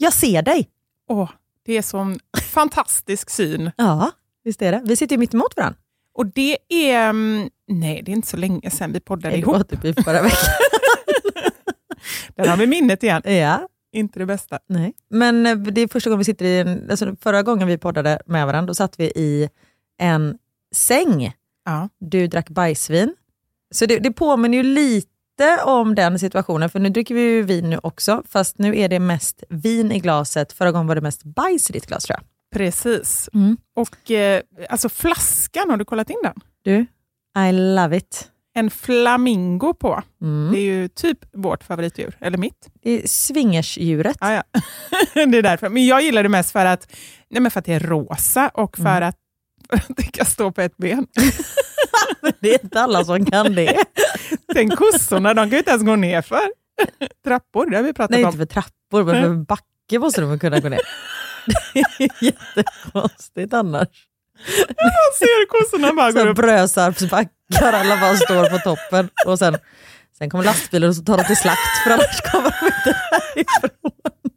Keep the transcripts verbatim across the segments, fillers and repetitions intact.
Jag ser dig. Åh, det är sån fantastisk syn. Ja, visst är det. Vi sitter ju mitt emot varandra. Och det är... Nej, det är inte så länge sedan vi poddade Nej, ihop. Det var typ förra veckan. Där har vi minnet igen. Ja. Inte det bästa. Nej. Men det är första gången vi sitter i en... Alltså förra gången vi poddade med varandra, då satt vi i en säng. Ja. Du drack bajsvin. Så det, det påminner ju lite om den situationen. För nu dricker vi ju vin nu också. Fast nu är det mest vin i glaset. Förra gången var det mest bajs i ditt glas, tror jag. Precis. Mm. Och eh, alltså flaskan, har du kollat in den? Du, I love it. En flamingo på. Mm. Det är ju typ vårt favoritdjur. Eller mitt. Det är swingersdjuret. Ja, ja. Det är därför. Men jag gillar det mest för att, nej men för att det är rosa och för, mm. att, för att det kan stå på ett ben. Det är inte alla som kan det. Tänk kossorna, de kan ju inte ens gå ner för trappor. Det har vi pratat Nej, om. inte för trappor, men för backe måste de kunna gå ner. Det är jättekonstigt annars. Jag ser kossorna bara går upp. Brösarpsbackar, alla bara står på toppen. Och sen, sen kommer lastbilen och så tar de till slakt, för annars kommer de inte härifrån.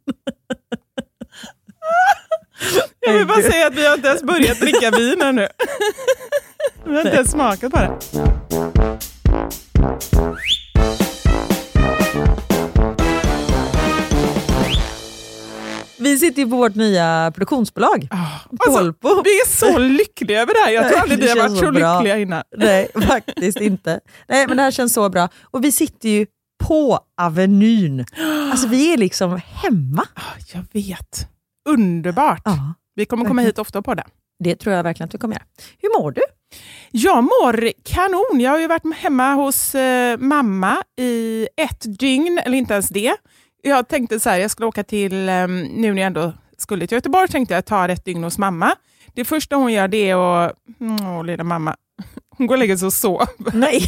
Jag vill bara säga att vi har inte ens börjat dricka vin nu. Vi har inte ens smakat på det. Vi sitter ju på vårt nya produktionsbolag. Oh, alltså, vi är så lyckliga över det här. Jag tror aldrig vi har varit så, så lyckliga innan. Nej, faktiskt inte. Nej, men det här känns så bra. Och vi sitter ju på Avenyn. Alltså vi är liksom hemma. Oh, jag vet. Underbart. Ja, vi kommer komma hit ofta på det. Det tror jag verkligen att vi kommer göra. Hur mår du? Jag mår kanon. Jag har ju varit hemma hos eh, mamma i ett dygn, eller inte ens det. Jag tänkte så här, jag skulle åka till, um, nu när jag ändå skulle till Göteborg, tänkte jag ta ett dygn hos mamma. Det första hon gör det är att, åh lilla mamma, hon går och lägger sig och sov. Nej.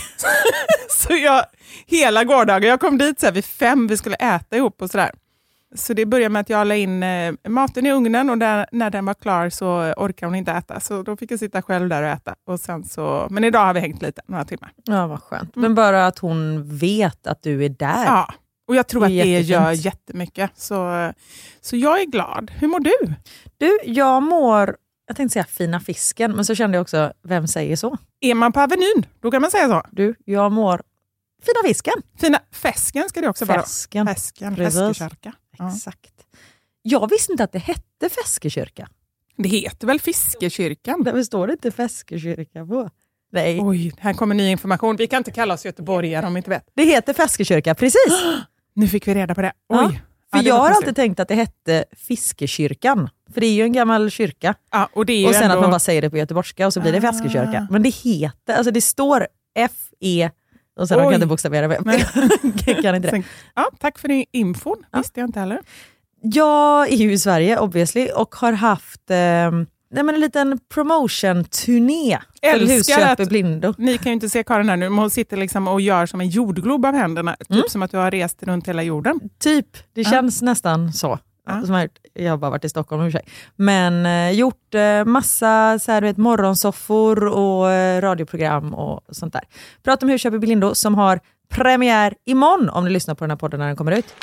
Så jag, hela gårdagen, jag kom dit så här vid fem, vi skulle äta ihop och sådär. Så det började med att jag la in eh, maten i ugnen och där, när den var klar så orkade hon inte äta. Så då fick jag sitta själv där och äta. Och sen så, men idag har vi hängt lite, några timmar. Ja, vad skönt. Men bara att hon vet att du är där. Ja. Och jag tror det att det jättefint. Gör jättemycket. Så, så jag är glad. Hur mår du? Du, jag mår, jag tänkte säga fina fisken, men så kände jag också, vem säger så? Är man på Avenyn, då kan man säga så. Du, jag mår fina fisken. Fina fäsken ska det också Fäsken. vara. Fäsken. Precis. Fäskekyrka. Ja. Exakt. Jag visste inte att det hette Fäskekyrka. Det heter väl Fiskekyrkan? Där står det inte Fäskekyrka på. Nej. Oj, här kommer ny information. Vi kan inte kalla oss göteborgare om vi inte vet. Det heter Fäskekyrka, precis. Nu fick vi reda på det. Oj. Ja, för ja, jag har konstigt. alltid tänkt att det hette Fiskekyrkan. För det är ju en gammal kyrka. Ja, och det är ju och sen ändå... att man bara säger det på göteborgska och så blir det Ah. Fäskekyrka. Men det heter, alltså det står F E och sen Oj. kan jag inte bokstavera med. Kan inte det. Sen, ja, tack för din infon. Ja. Visste jag inte heller. Jag är ju i Sverige obviously och har haft eh, nej men en liten promotion-turné för Husköp i Blindo. Ni kan ju inte se Karin här nu, men hon sitter liksom och gör som en jordglob av händerna. Typ Mm. som att du har rest runt hela jorden. Typ, det Ja. känns nästan så. Ja. Som jag, har gjort. Jag har bara varit i Stockholm i och för sig. Men eh, gjort eh, massa så här, du vet, morgonsoffor och eh, radioprogram och sånt där. Prata om Husköp i Blindo som har premiär imorgon om ni lyssnar på den här podden när den kommer ut.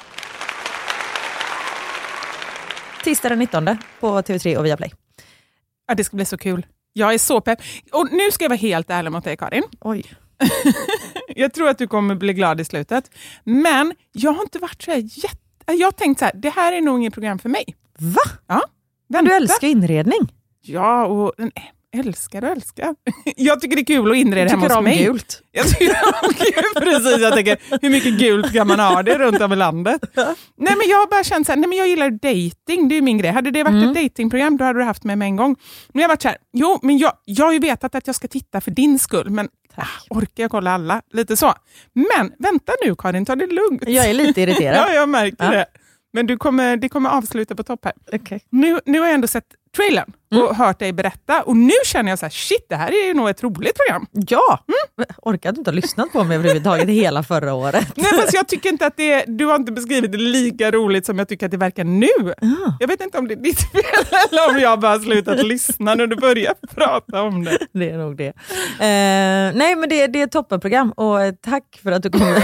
Tisdag den nittonde på T V tre och Viaplay. Ja, det ska bli så kul. Jag är så pepp. Och nu ska jag vara helt ärlig mot dig, Karin. Oj. Jag tror att du kommer bli glad i slutet. Men jag har inte varit så här jätte... Jag har tänkt så här, det här är nog inget program för mig. Va? Ja. Men du älskar inredning. Ja, och älskar och älskar. Jag tycker det är kul att inreda hemma hos mig. Gult. Jag tycker om gult. Precis, jag tänker, hur mycket gult kan man ha det runt om i landet? Nej, men jag har bara känt så här, nej men jag gillar dating, det är min grej. Hade det varit Mm. ett datingprogram, då hade du haft med mig en gång. Men jag har varit så här, jo, men jag, jag har ju vetat att jag ska titta för din skull, men ah, orkar jag kolla alla? Lite så. Men vänta nu, Karin, ta det lugnt. Jag är lite irriterad. Ja, jag märker Ja. det. Men du kommer, det kommer avsluta på topp här. Okay. Nu, nu har jag ändå sett trailern och Mm. hört dig berätta. Och nu känner jag så här, shit, det här är ju nog ett roligt program. Ja, mm. Orkar du inte ha lyssnat på mig överhuvudtaget hela förra året? Nej, fast jag tycker inte att det, du har inte beskrivit det lika roligt som jag tycker att det verkar nu. Ah. Jag vet inte om det är ditt fel eller om jag bara har slutat lyssna när du börjar prata om det. Det är nog det. Eh, nej, men det, det är ett toppenprogram och tack för att du kommer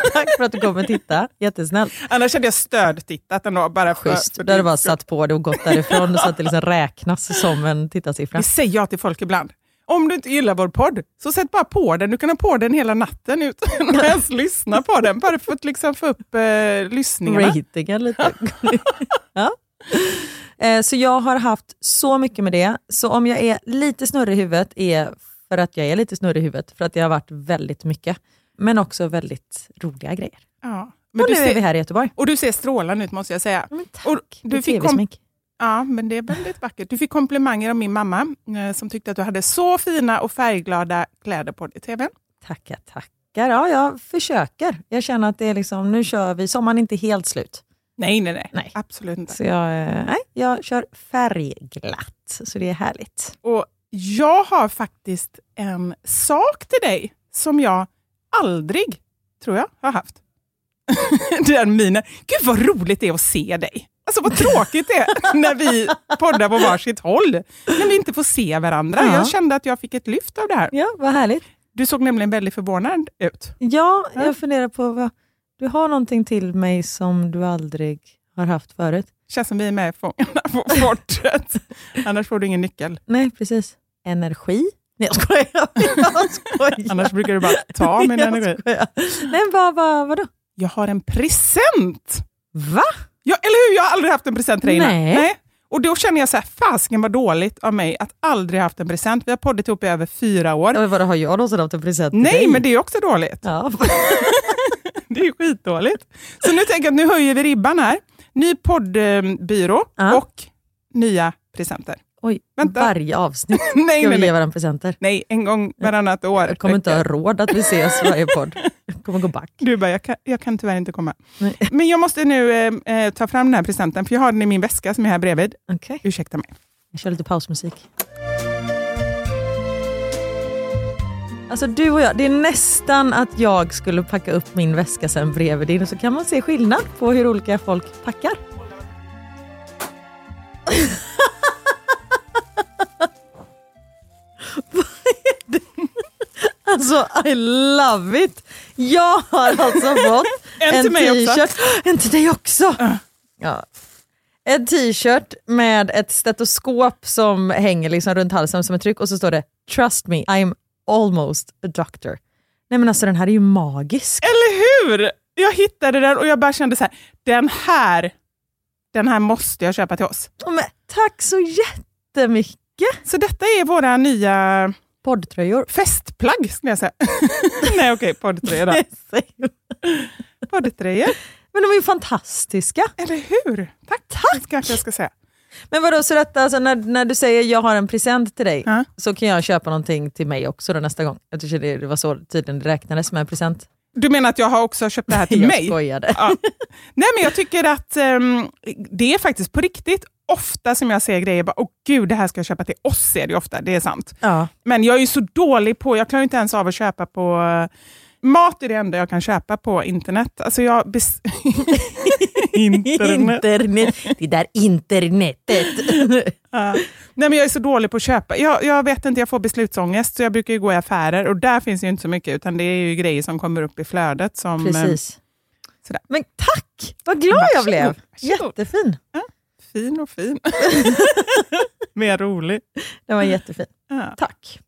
Tack för att du kommer titta. Jättesnällt. Annars hade jag stödtittat ändå. Bara för, Schysst. för Där du bara satt på det och gått därifrån så att det liksom räknas som en tittarsiffra. Det säger jag till folk ibland. Om du inte gillar vår podd, så sätt bara på den. Du kan ha på den hela natten utan att ens lyssna på den. Bara för att liksom få upp eh, lyssningarna. Ratingen lite. Ja. eh, så jag har haft så mycket med det. Så om jag är lite snurrig i huvudet är för att jag är lite snurrig i huvudet. För att det har varit väldigt mycket. Men också väldigt roliga grejer. Ja. Men och du nu ser, är vi här i Göteborg. Och du ser strålande ut måste jag säga. Men tack. Och du fick kom- Ja, men det är väldigt vackert. Du fick komplimanger av min mamma eh, som tyckte att du hade så fina och färgglada kläder på dig i tvn. Tackar, tackar. Ja, jag försöker. Jag känner att det är liksom, nu kör vi, sommaren är inte helt slut. Nej, nej, nej. Nej. Absolut inte. Så jag, eh, nej, jag kör färgglatt, så det är härligt. Och jag har faktiskt en sak till dig som jag aldrig, tror jag, har haft. Den minen. Gud vad roligt det är att se dig. Alltså vad tråkigt det är när vi poddar på varsitt håll. När vi inte får se varandra. Ja. Jag kände att jag fick ett lyft av det här. Ja, vad härligt. Du såg nämligen väldigt förvånad ut. Ja, Ja. jag funderar på, vad, du har någonting till mig som du aldrig har haft förut. Känns som vi är med i Fångarna på fortet. Annars får du ingen nyckel. Nej, precis. Energi? Nej, jag skojar. Jag skojar. Annars brukar du bara ta min Jag energi. skojar. Nej, vad, vad, vadå? Jag har en present. Va? Ja, eller hur? Jag har aldrig haft en present till dig innan. Nej. Nej. Och då känner jag så här, fasken var dåligt av mig att aldrig haft en present. Vi har poddat ihop i över fyra år. Ja, men vadå, har jag någonsin haft en present till Nej, dig? men det är också dåligt. Ja. Det är ju skitdåligt. Så nu tänker jag att nu höjer vi ribban här. Ny poddbyrå Ja. och nya presenter. Oj, Vänta. varje avsnitt Nej, ska vi nej, ge nej. varandra presenter. Nej, en gång varannat år. Jag kommer inte ha råd att vi ses varje podd. Jag kommer gå back. Du bara, jag kan, jag kan tyvärr inte komma. Nej. Men jag måste nu eh, ta fram den här presenten, för jag har den i min väska som är här bredvid. Okej. Ursäkta mig. Jag kör lite pausmusik. Alltså du och jag, det är nästan att jag skulle packa upp min väska sen bredvid din, och så kan man se skillnad på hur olika folk packar. Vad är det? Alltså, I love it. Jag har alltså fått En en till mig också. t-shirt. En till dig också. Uh. Ja. En t-shirt med ett stetoskop som hänger liksom runt halsen som ett tryck, och så står det "Trust me, I'm almost a doctor." Nej men alltså, den här är ju magisk. Eller hur? Jag hittade den och jag bara kände så här, den här, den här måste jag köpa till oss. Oh, men, tack så jättemycket. Så detta är våra nya Poddtröjor. festplagg, skulle jag säga. Nej, okej, okay, poddtröjor då. Poddtröjor. Men de är ju fantastiska. Eller hur? Tack, tack. Kanske jag ska säga. Men vadå, så detta, alltså, när, när du säger jag har en present till dig, Ja. så kan jag köpa någonting till mig också då nästa gång. Jag tycker det, det var så tydligen det räknades med en present. Du menar att jag har också köpt det här till jag mig? skojade. Ja. Nej, men jag tycker att um, det är faktiskt på riktigt. Ofta som jag ser grejer, bara, åh gud, det här ska jag köpa till oss, är det ofta, det är sant. Ja. Men jag är ju så dålig på, jag klarar inte ens av att köpa på, uh, mat är det enda jag kan köpa på internet. Alltså jag... Bes- internet. Internet. Det där internetet. Ja. Nej, men jag är så dålig på att köpa. Jag, jag vet inte, jag får beslutsångest, så jag brukar ju gå i affärer och där finns ju inte så mycket, utan det är ju grejer som kommer upp i flödet. Som, Precis. Eh, sådär. Men tack! Vad glad jag Varsågod, blev. varsågod. Jättefin. Ja, fin och fin. Mer rolig. Den var jättefin. Ja. Tack.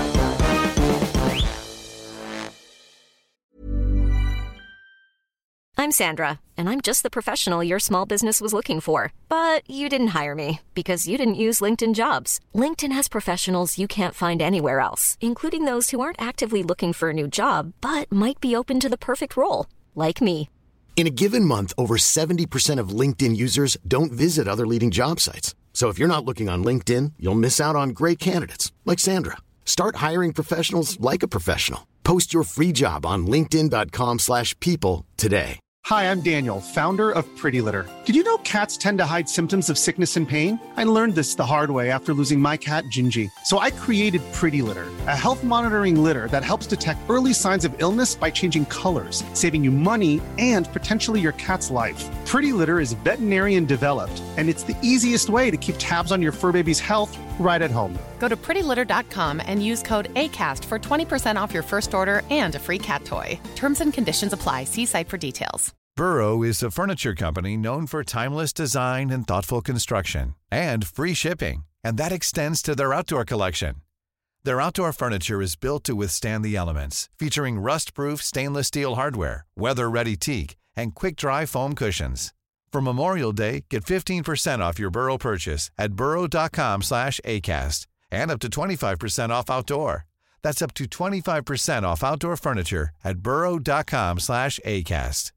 I'm Sandra, and I'm just the professional your small business was looking for. But you didn't hire me because you didn't use LinkedIn Jobs. LinkedIn has professionals you can't find anywhere else, including those who aren't actively looking for a new job, but might be open to the perfect role, like me. In a given month, over seventy percent of LinkedIn users don't visit other leading job sites. So if you're not looking on LinkedIn, you'll miss out on great candidates like Sandra. Start hiring professionals like a professional. Post your free job on linkedin dot com slash people today. Hi, I'm Daniel, founder of Pretty Litter. Did you know cats tend to hide symptoms of sickness and pain? I learned this the hard way after losing my cat, Gingy. So I created Pretty Litter, a health monitoring litter that helps detect early signs of illness by changing colors, saving you money and potentially your cat's life. Pretty Litter is veterinarian developed, And it's the easiest way to keep tabs on your fur baby's health right at home. Go to pretty litter dot com and use code ACAST for twenty percent off your first order and a free cat toy. Terms and conditions apply. See site for details. Burrow is a furniture company known for timeless design and thoughtful construction and free shipping, and that extends to their outdoor collection. Their outdoor furniture is built to withstand the elements, featuring rust-proof stainless steel hardware, weather-ready teak, and quick-dry foam cushions. For Memorial Day, get fifteen percent off your Burrow purchase at burrow dot com slash acast and up to twenty-five percent off outdoor. That's up to twenty-five percent off outdoor furniture at burrow dot com slash acast.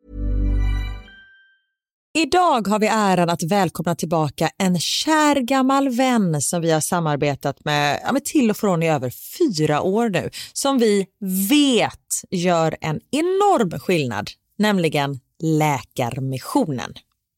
Idag har vi äran att välkomna tillbaka en kär gammal vän som vi har samarbetat med, ja, med till och från i över fyra år nu. Som vi vet gör en enorm skillnad, nämligen Läkarmissionen.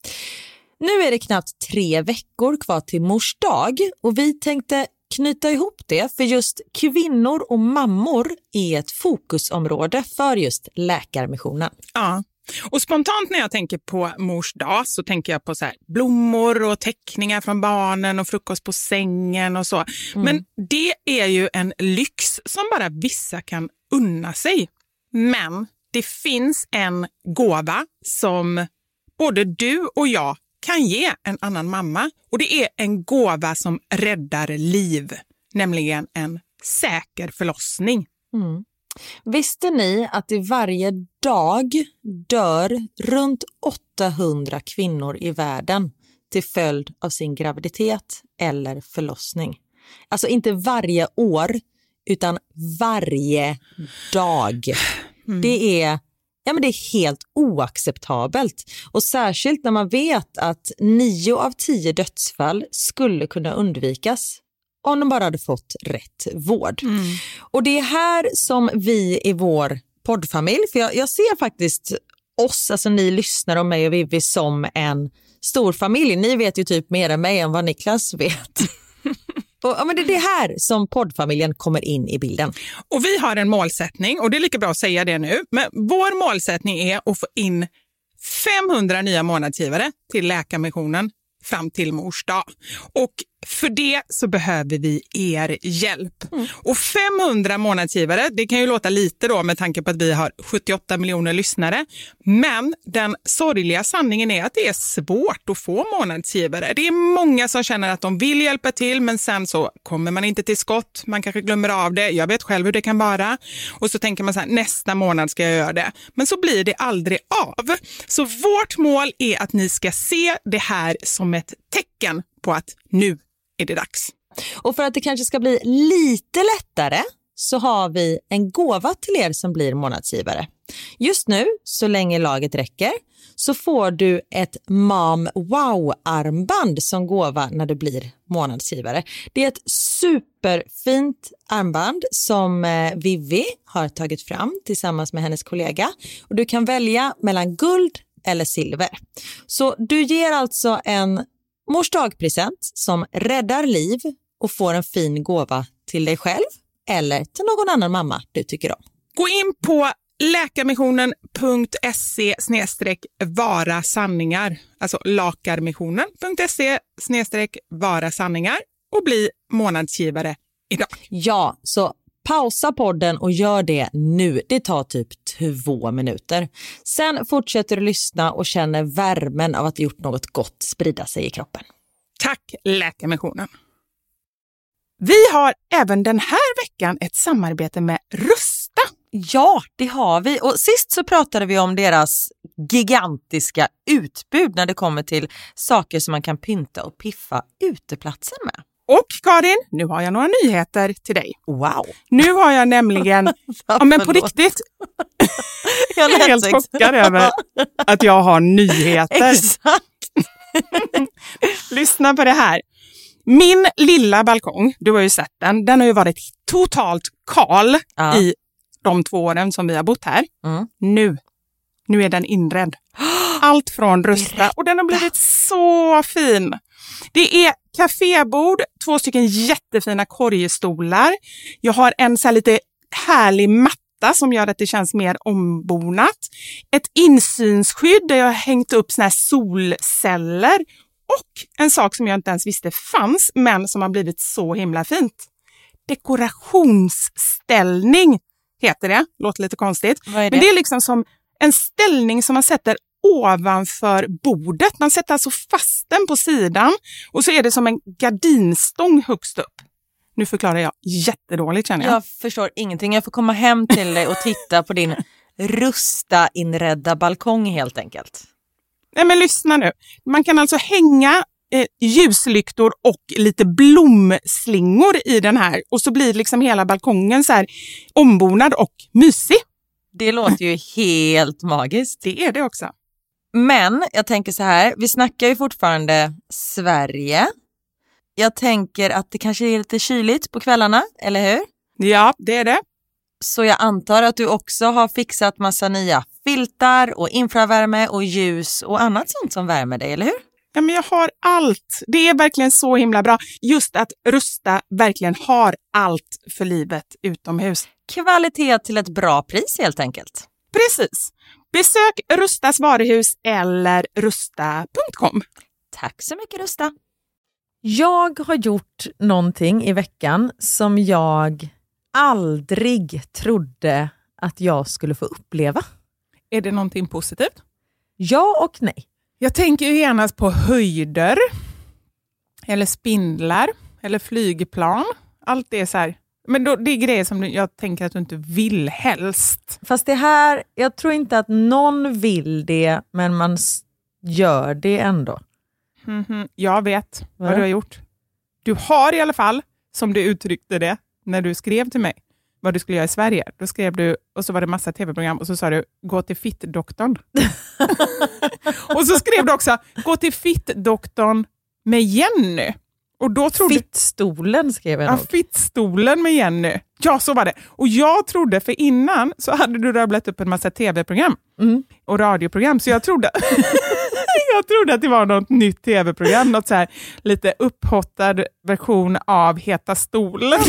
Nu är det knappt tre veckor kvar till mors dag och vi tänkte knyta ihop det, för just kvinnor och mammor är ett fokusområde för just Läkarmissionen. Ja. Och spontant när jag tänker på mors dag så tänker jag på så här blommor och teckningar från barnen och frukost på sängen och så. Mm. Men det är ju en lyx som bara vissa kan unna sig. Men det finns en gåva som både du och jag kan ge en annan mamma. Och det är en gåva som räddar liv, nämligen en säker förlossning. Mm. Visste ni att i varje dag dör runt åttahundra kvinnor i världen till följd av sin graviditet eller förlossning? Alltså inte varje år, utan varje dag. Mm. Det är, ja, men det är helt oacceptabelt. Och särskilt när man vet att nio av tio dödsfall skulle kunna undvikas om de bara hade fått rätt vård. Mm. Och det är här som vi i vår poddfamilj, för jag, jag ser faktiskt oss, alltså ni lyssnar och mig och Vivi, som en stor familj. Ni vet ju typ mer än mig än vad Niklas vet. Och, ja, men det är det här som poddfamiljen kommer in i bilden. Och vi har en målsättning, och det är lika bra att säga det nu. Men vår målsättning är att få in femhundra nya månadsgivare till Läkarmissionen fram till mors dag. Och för det så behöver vi er hjälp. Mm. Och femhundra månadsgivare, det kan ju låta lite då med tanke på att vi har sjuttioåtta miljoner lyssnare. Men den sorgliga sanningen är att det är svårt att få månadsgivare. Det är många som känner att de vill hjälpa till, men sen så kommer man inte till skott. Man kanske glömmer av det. Jag vet själv hur det kan vara. Och så tänker man så här, nästa månad ska jag göra det. Men så blir det aldrig av. Så vårt mål är att ni ska se det här som ett tecken på att nu är det dags. Och för att det kanske ska bli lite lättare så har vi en gåva till er som blir månadsgivare. Just nu, så länge laget räcker, så får du ett Mom Wow-armband som gåva när du blir månadsgivare. Det är ett superfint armband som Vivi har tagit fram tillsammans med hennes kollega. Och du kan välja mellan guld eller silver. Så du ger alltså en mors dagpresent som räddar liv och får en fin gåva till dig själv eller till någon annan mamma du tycker om. Gå in på läkarmissionen punkt se snedstreck vara sanningar, alltså lakarmissionen punkt se snedstreck vara sanningar och bli månadsgivare idag. Ja, så pausa podden och gör det nu. Det tar typ två minuter. Sen fortsätter du lyssna och känner värmen av att ha gjort något gott sprida sig i kroppen. Tack Läkarmissionen. Vi har även den här veckan ett samarbete med Rusta. Ja, det har vi. Och sist så pratade vi om deras gigantiska utbud när det kommer till saker som man kan pynta och piffa uteplatsen med. Och Karin, nu har jag några nyheter till dig. Wow. Nu har jag nämligen, ja men på riktigt, jag är helt chockad över att jag har nyheter. Exakt. Lyssna på det här. Min lilla balkong, du har ju sett den, den har ju varit totalt kal ja. i de två åren som vi har bott här. Mm. Nu, nu är den inredd. Allt från Rusta och den har blivit så fin. Det är kafébord, två stycken jättefina korgstolar. Jag har en så här lite härlig matta som gör att det känns mer ombonat. Ett insynsskydd där jag har hängt upp såna här solceller. Och en sak som jag inte ens visste fanns, men som har blivit så himla fint. Dekorationsställning heter det. Låter lite konstigt. Vad är det? Men det är liksom som en ställning som man sätter ovanför bordet. Man sätter alltså fast den på sidan och så är det som en gardinstång högst upp. Nu förklarar jag jättedåligt, känner jag. Jag förstår ingenting. Jag får komma hem till dig och titta på din rusta inredda balkong helt enkelt. Nej, men lyssna nu. Man kan alltså hänga eh, ljuslyktor och lite blomslingor i den här. Och så blir liksom hela balkongen så här ombonad och mysig. Det låter ju helt magiskt. Det är det också. Men jag tänker så här, vi snackar ju fortfarande Sverige. Jag tänker att det kanske är lite kyligt på kvällarna, eller hur? Ja, det är det. Så jag antar att du också har fixat massa nya filtar och infravärme och ljus och annat sånt som värmer dig, eller hur? Ja, men jag har allt. Det är verkligen så himla bra. Just att Rusta verkligen har allt för livet utomhus. Kvalitet till ett bra pris helt enkelt. Precis. Besök Rustas varuhus eller rusta punkt com. Tack så mycket, Rusta. Jag har gjort någonting i veckan som jag aldrig trodde att jag skulle få uppleva. Är det någonting positivt? Ja och nej. Jag tänker ju genast på höjder. Eller spindlar. Eller flygplan. Allt det är så här. Men då, det är grejer som jag tänker att du inte vill helst. Fast det här, jag tror inte att någon vill det, men man gör det ändå. Mm-hmm. Jag vet Va? vad du har gjort. Du har i alla fall, som du uttryckte det när du skrev till mig, vad du skulle göra i Sverige. Då skrev du, och så var det massa tv-program, och så sa du, gå till fittdoktorn. Och så skrev du också, gå till fittdoktorn med Jenny. Och då trodde Fittstolen skrev jag ja, nog. Fittstolen med Jenny. Ja, så var det. Och jag trodde, för innan så hade du rabblat upp en massa tv-program Mm. och radioprogram. Så jag trodde jag trodde att det var något nytt tv-program. Något så här lite upphottad version av Heta stolen.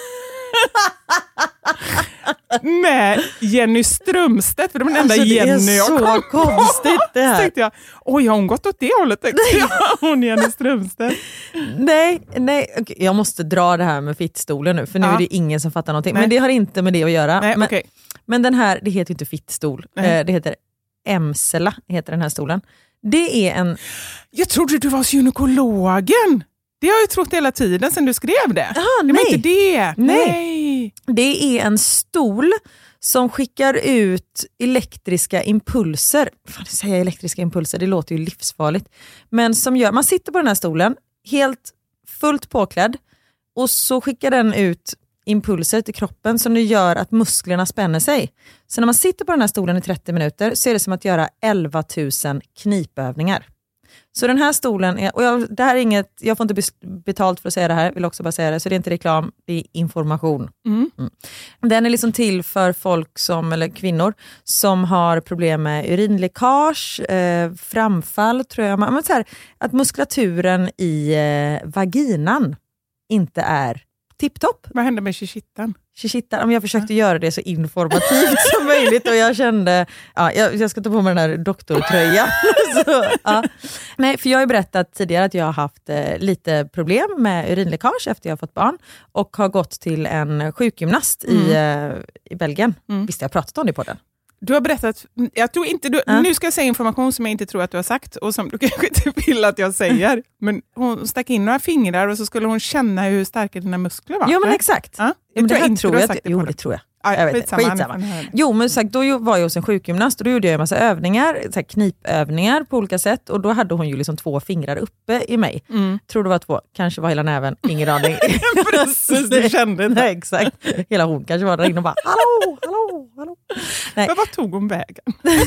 Med Jenny Strömstedt, för det var den enda Alltså, det Jenny är jag så kom. konstigt det Så här. tänkte jag, oj, har hon gått åt det hållet? Tänkte jag, hon Jenny Strömstedt. Nej, nej, okej, jag måste dra det här med fittstolen nu, för nu Ja. är det ingen som fattar någonting. Nej. Men det har inte med det att göra. Nej, men, okej. men den här, det heter ju inte fittstol. Nej. Eh, det heter Emsela, heter den här stolen. Det är en... Jag trodde du var hos gynekologen. Det har jag ju trott hela tiden sedan du skrev det. Aha, det var nej. inte det. Nej. Nej. Det är en stol som skickar ut elektriska impulser. Fan, det säger elektriska impulser, det låter ju livsfarligt. Men som gör, man sitter på den här stolen helt fullt påklädd och så skickar den ut impulser till kroppen som det gör att musklerna spänner sig. Så när man sitter på den här stolen i trettio minuter så är det som att göra elva tusen knipövningar. Så den här stolen är, och jag, det här är inget, jag får inte betalt för att säga det här, vill också bara säga det, så det är inte reklam, det är information. Mm. Mm. Den är liksom till för folk som, eller kvinnor som har problem med urinläckage, eh, framfall tror jag, men så här, att muskulaturen i eh, vaginan inte är tipptopp. Vad hände med shishittan? Shishita, om jag försökte göra det så informativt som möjligt och jag kände, ja, jag, jag ska ta på mig den här doktortröjan. så, ja. Nej, för jag har ju berättat tidigare att jag har haft eh, lite problem med urinläckage efter jag har fått barn och har gått till en sjukgymnast mm. i, eh, i Belgien. Mm. Visst, jag har pratat om det på den. Du har berättat, jag tror inte du, ja. Nu ska jag säga information som jag inte tror att du har sagt och som du kanske inte vill att jag säger. Men hon stack in några fingrar och så skulle hon känna hur starka dina muskler var. Jo, men exakt. Ja? Jo, men det tror här inte tror du har jag sagt att, det jo, på det den. tror jag. Ja, jag vet skitsamma, det. Skitsamma. skitsamma. Jo, men sagt, då var jag hos en sjukgymnast och då gjorde jag en massa övningar, så här knipövningar på olika sätt och då hade hon ju liksom två fingrar uppe i mig. Mm. Tror det var två, kanske var hela näven, ingen aning. Precis, du kände det. Nej, exakt. Hela hon kanske var där inne och bara, hallå, hallå, hallå. Nej. Men vad tog hon vägen?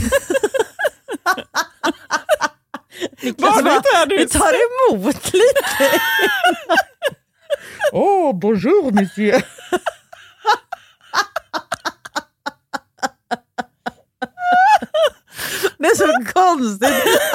Niklas, bara, vi tar emot lite. Åh, oh, bonjour monsieur. Det är så konstigt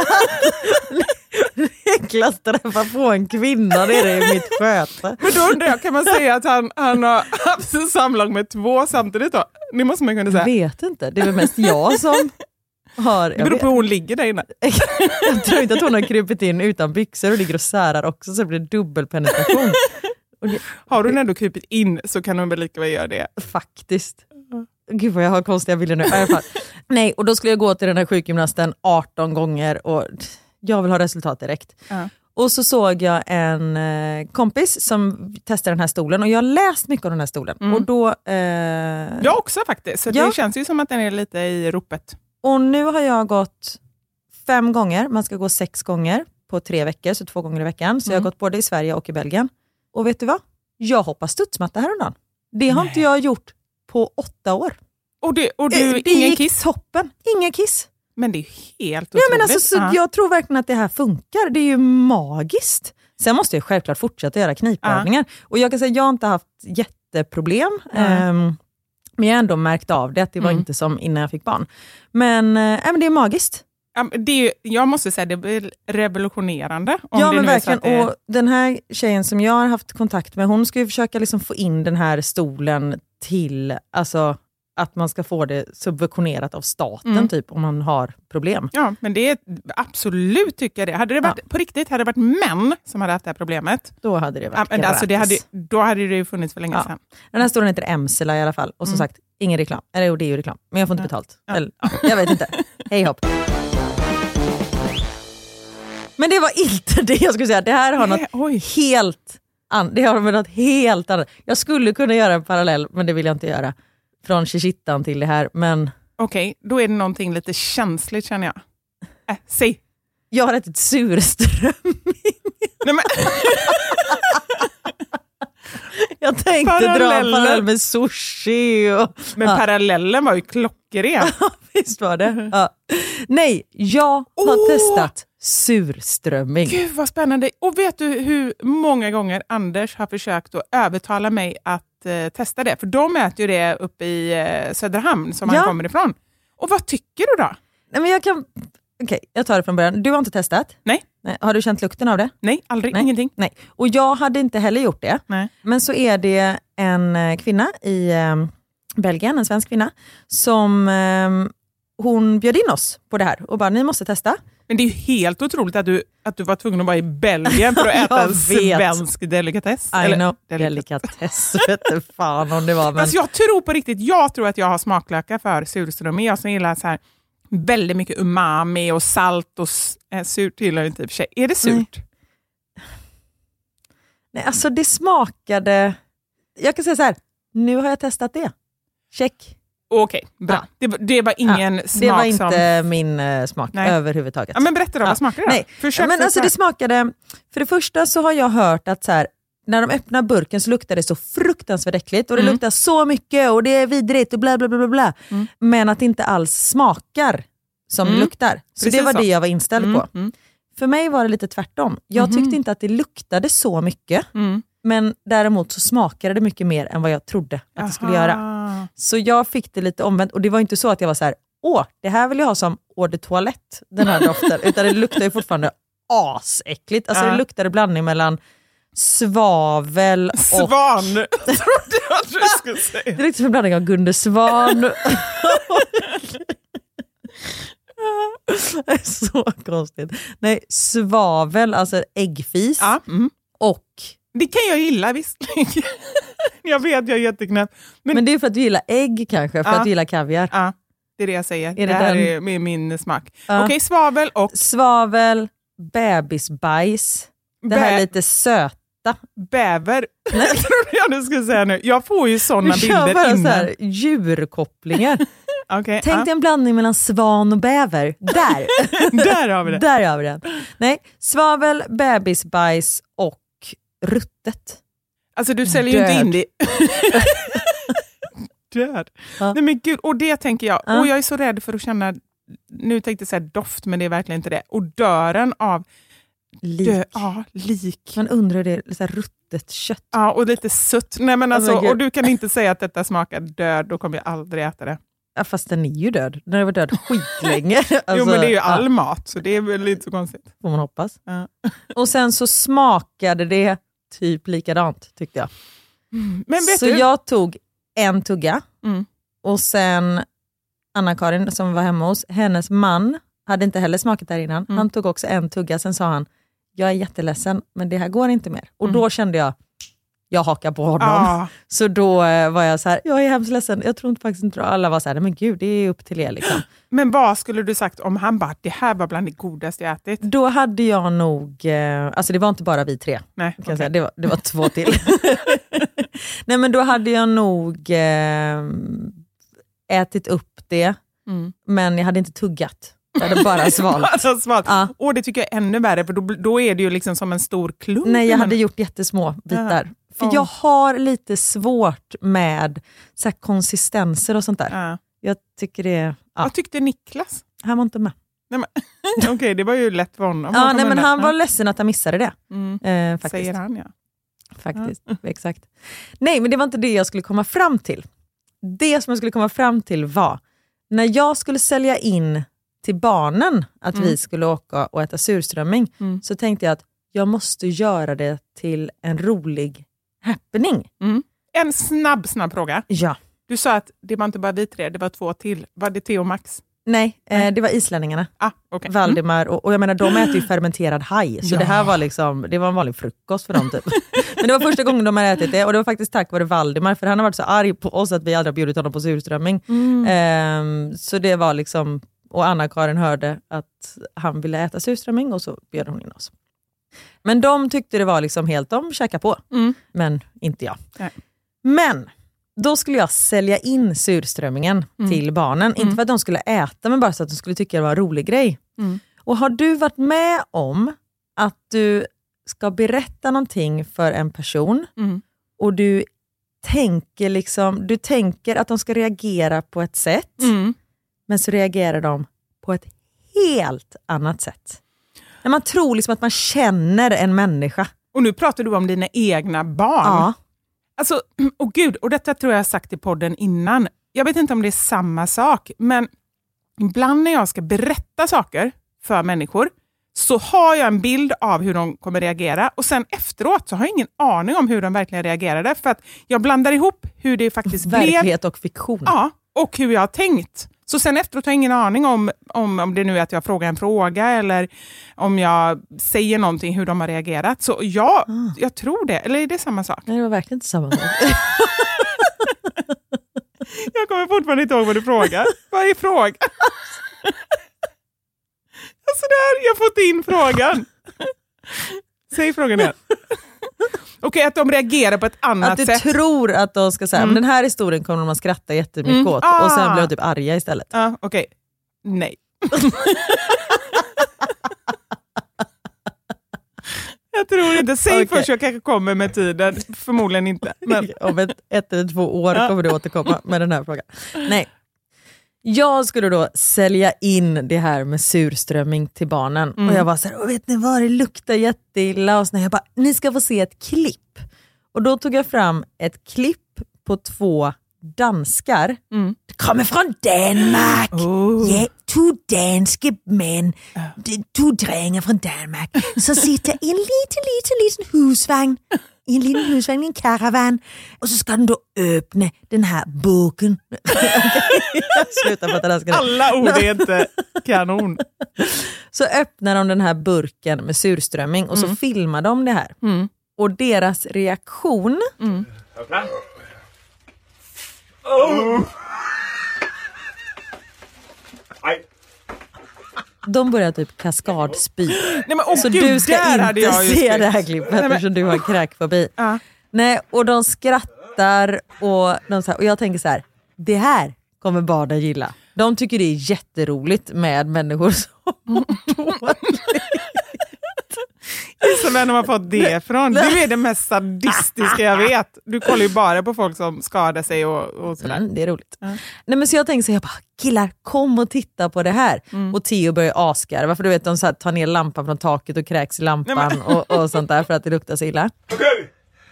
att Niklas träffar på en kvinna, det är det i mitt sköte. Men då undrar jag, kan man säga att han, han har haft samlag med två samtidigt då? Det måste man kunna säga. Jag vet inte, det är väl mest jag som... har... Det beror på hur hon ligger där inne. Jag tror inte att hon har krupit in utan byxor och ligger och särar också, så det blir dubbelpenetration. Det... Har hon ändå krupit in så kan hon väl lika väl göra det. Faktiskt. Gud vad jag har konstiga bilder nu. I alla fall. Nej, och då skulle jag gå till den här sjukgymnasten arton gånger och jag vill ha resultat direkt. Uh. Och så såg jag en eh, kompis som testade den här stolen och jag har läst mycket om den här stolen. Mm. Och då... Eh... Jag också faktiskt, så ja. Det känns ju som att den är lite i ropet. Och nu har jag gått fem gånger, man ska gå sex gånger på tre veckor, så två gånger i veckan. Så mm. jag har gått både i Sverige och i Belgien. Och vet du vad? Jag hoppar studsmatta häromdagen. Det har Nej. inte jag gjort på åtta år. Och, det, och du, det ingen gick kiss? Toppen, ingen kiss. Men det är helt ja, otroligt. Men alltså, så uh. jag tror verkligen att det här funkar. Det är ju magiskt. Sen måste jag självklart fortsätta göra knipövningar. Uh. Och jag kan säga att jag har inte haft jätteproblem. Uh. Um, men jag har ändå märkt av det. Att det var mm. inte som innan jag fick barn. Men, äh, men det är magiskt. Ja, det är, jag måste säga det blir revolutionerande. Om ja det men nu verkligen. är... Och den här tjejen som jag har haft kontakt med, hon ska ju försöka liksom få in den här stolen till... Alltså, att man ska få det subventionerat av staten mm. typ om man har problem. Ja, men det är absolut tycker jag det. Hade det varit ja. på riktigt, hade det varit män som hade haft det här problemet. Då hade det varit ja, men alltså det hade, då hade det ju funnits för länge ja. sedan. Den här stolen heter Emsela i alla fall. Och som mm. sagt, ingen reklam. Eller jo, det är ju reklam. Men jag får inte betalt. Ja. Eller, ja, jag vet inte. Hej hopp. Men det var inte det jag skulle säga. Det här har något Oj. helt annat. Det har med något helt annat. Jag skulle kunna göra en parallell, men det vill jag inte göra. Från Chishittan till det här, men... Okej, okay, då är det någonting lite känsligt känner jag. Äh, säg. Jag har ätit surströmming. Nej, men... jag tänkte dra en parallell med sushi. Och... Men ja. Parallellen var ju klockren. Visst var det. Ja. Nej, jag har oh! testat surströmming. Gud vad spännande. Och vet du hur många gånger Anders har försökt att övertala mig att eh, testa det? För de äter ju det uppe i eh, Söderhamn som ja. han kommer ifrån. Och vad tycker du då? Nej, men jag kan... Okej, okay, jag tar det från början. Du har inte testat? Nej. Nej. Har du känt lukten av det? Nej, aldrig. Nej. Ingenting. Nej. Och jag hade inte heller gjort det. Nej. Men så är det en kvinna i eh, Belgien, en svensk kvinna, som eh, hon bjöd in oss på det här. Och bara, ni måste testa. Men det är ju helt otroligt att du, att du var tvungen att vara i Belgien för att äta en svensk delikatess. I Eller, know, delikatess. Vet du fan om det var. Men... Alltså jag tror på riktigt, jag tror att jag har smaklökar för surströmming. Jag som gillar så här väldigt mycket umami och salt och äh, surt gillar jag inte i och för sig. Är det surt? Nej. Nej, alltså det smakade... Jag kan säga så här, nu har jag testat det. Check. Okej, okay, bra. Ja. Det, det var ingen ja, smak Det var inte som... min uh, smak Nej. överhuvudtaget. Ja, men berätta då, ja. vad smakar det? Nej. Försök men alltså här. det smakade... För det första så har jag hört att så här, när de öppnar burken så luktar det så fruktansvärt äckligt. Och det mm. luktar så mycket och det är vidrigt och bla bla bla bla. Mm. Men att det inte alls smakar som mm. det luktar. Så Precis det var så. det jag var inställd mm. på. Mm. För mig var det lite tvärtom. Jag mm. tyckte inte att det luktade så mycket. Mm. Men däremot så smakade det mycket mer än vad jag trodde att Aha. det skulle göra. Så jag fick det lite omvänt. Och det var inte så att jag var så här, åh, det här vill jag ha som eau de toilette, den här doften. Utan det luktade ju fortfarande asäckligt. Alltså ja. det luktade blandning mellan svavel och... Svan! Trodde jag att du skulle säga. Det luktade som en blandning av Gunde Svan. Så konstigt. Nej, svavel, alltså äggfis. Ja. Mm. Och... Det kan jag gilla, visst. Jag vet, jag är jätteknäpp. Men... Men det är för att du gillar ägg kanske, för ja. att du gillar kaviar. Ja, det är det jag säger. Är det det här den? är min, min smak. Ja. Okej, okay, svavel och... Svavel, bebisbajs. Det här Bä... lite söta. Bäver. Nej. Jag trodde jag du skulle säga nu. Jag får ju sådana bilder bara innan. Så här, djurkopplingar. Okay, Tänk dig ja. en blandning mellan svan och bäver. Där. Där har vi det. Där har vi den. Nej, svavel, bebisbajs och ruttet. Alltså du säljer Död. ju inte in det. Död. Ja. Nej men gud, och det tänker jag. Ja. Och jag är så rädd för att känna, nu tänkte jag säga doft, men det är verkligen inte det. Och dören av lik. Dö, ja, lik. Man undrar det är lite så här ruttet kött. Ja, och lite sutt. Nej men alltså, oh och du kan inte säga att detta smakar död, då kommer jag aldrig äta det. Ja, fast den är ju död. Den har varit död skitlänge. Alltså, jo, men det är ju all ja. mat, så det är väl inte så konstigt. Får man hoppas. Ja. Och sen så smakade det typ likadant, tyckte jag. Mm. Men vet så du? jag tog en tugga mm. och sen Anna-Karin som var hemma hos, hennes man hade inte heller smakat där innan. Mm. Han tog också en tugga, sen sa han, jag är jätteledsen men det här går inte mer. Och mm. då kände jag, jag hakar på honom. Ah. Så då eh, var jag så här, jag är hemskt ledsen, jag tror inte faktiskt inte. Alla var så här, men gud, det är upp till er liksom. Men vad skulle du sagt om han bara, det här var bland det godaste jag ätit? Då hade jag nog, eh, alltså det var inte bara vi tre. Nej, kan okay. jag säga. Det, var, det var två till. Nej men då hade jag nog eh, ätit upp det, mm. men jag hade inte tuggat. Jag hade bara svalt. Alltså, svalt. Ja. Och det tycker jag är ännu värre, för då, då är det ju liksom som en stor klump. Nej, jag hade gjort jättesmå bitar. Ja. För oh. jag har lite svårt med så här, konsistenser och sånt där. Ja. Jag tycker det... Ja. Vad tyckte Niklas? Han var inte med. Okej, okay, det var ju lätt för honom. Ja, nej, men han var ledsen att han missade det. Mm. Eh, faktiskt. Säger han, ja. Faktiskt, ja. Exakt. Nej, men det var inte det jag skulle komma fram till. Det som jag skulle komma fram till var, när jag skulle sälja in till barnen att mm. vi skulle åka och äta surströmming, mm. så tänkte jag att jag måste göra det till en rolig happening. Mm. En snabb, snabb fråga. Ja. Du sa att det var inte bara vi tre, det var två till. Var det Theo och Max? Nej, eh, det var islänningarna. Ah, okay. Valdemar och, och jag menar, de äter ju fermenterad haj. Så ja. Det här var liksom, det var en vanlig frukost för dem typ. Men det var första gången de hade ätit det, och det var faktiskt tack vare Valdemar, för han har varit så arg på oss att vi aldrig har bjudit honom på surströmming. Mm. Eh, så det var liksom, och Anna-Karin hörde att han ville äta surströmming och så bjöd hon in oss. Men de tyckte det var liksom helt, de käka på. Mm. Men inte jag. Nej. Men då skulle jag sälja in surströmmingen mm. till barnen. Mm. Inte för att de skulle äta, men bara så att de skulle tycka det var en rolig grej. Mm. Och har du varit med om att du ska berätta någonting för en person mm. och du tänker liksom, du tänker att de ska reagera på ett sätt, mm. men så reagerar de på ett helt annat sätt. När man tror liksom att man känner en människa. Och nu pratar du om dina egna barn. Ja. Alltså, och gud, och detta tror jag jag sagt i podden innan. Jag vet inte om det är samma sak, men ibland när jag ska berätta saker för människor så har jag en bild av hur de kommer reagera, och sen efteråt så har jag ingen aning om hur de verkligen reagerade, för att jag blandar ihop hur det faktiskt blev. Verklighet och fiktion. Ja, och hur jag har tänkt. Så sen efteråt har jag ingen aning om, om, om det nu är att jag frågar en fråga eller om jag säger någonting, hur de har reagerat. Så ja, ah. jag tror det. Eller är det samma sak? Nej, det var verkligen inte samma sak. Jag kommer fortfarande inte ihåg vad du frågar. Vad är frågan? Alltså där, jag har fått in frågan. Säg frågan igen. Okej, okay, att de reagerar på ett annat sätt. Att du sätt. tror att de ska säga, mm. men den här historien kommer man skratta jättemycket mm. åt. Ah. Och sen blir de typ arga istället. Ja, ah, okej. Okay. Nej. Jag tror inte. Säg okay. först, jag kanske kommer med tiden. Förmodligen inte. Men. Om ett, ett eller två år kommer du återkomma med den här frågan. Nej. Jag skulle då sälja in det här med surströmming till barnen. Mm. Och jag var så här, vet ni vad, det luktar jätteilla. Och så jag bara, ni ska få se ett klipp. Och då tog jag fram ett klipp på två danskar. Mm. Det kommer från Danmark. Oh. Ja, två danska män. Uh. Två drängar från Danmark. Så sitter en liten, liten, liten husvagn. I en liten husvagn, i en karavan. Och så ska den då öppna den här boken. Sluta på att den ska... Alla ord är inte kanon. Så öppnar de den här burken med surströmming och så mm. filmar de det här. Mm. Och deras reaktion... Mm. Oh. De börjar typ kaskadspy. Nej, men, oh, så Gud, du ska inte se det. det här klippet Nej, men... eftersom du har kräkfobi. Uh. Nej, och de skrattar och, de så här, och jag tänker så här, det här kommer barnen gilla. De tycker det är jätteroligt med människor som mår dåligt. Så vem har fått det från? Du är det mest sadistiska jag vet. Du kollar ju bara på folk som skadar sig och, och sådär. Mm, det är roligt. Mm. Nej, men så jag tänkte så jag bara, killar, kom och titta på det här. Mm. Och Theo börjar askarva. Varför du vet, de så här, tar ner lampan från taket och kräks i lampan. Nej, men... och, och sånt där för att det luktar så illa. Okej!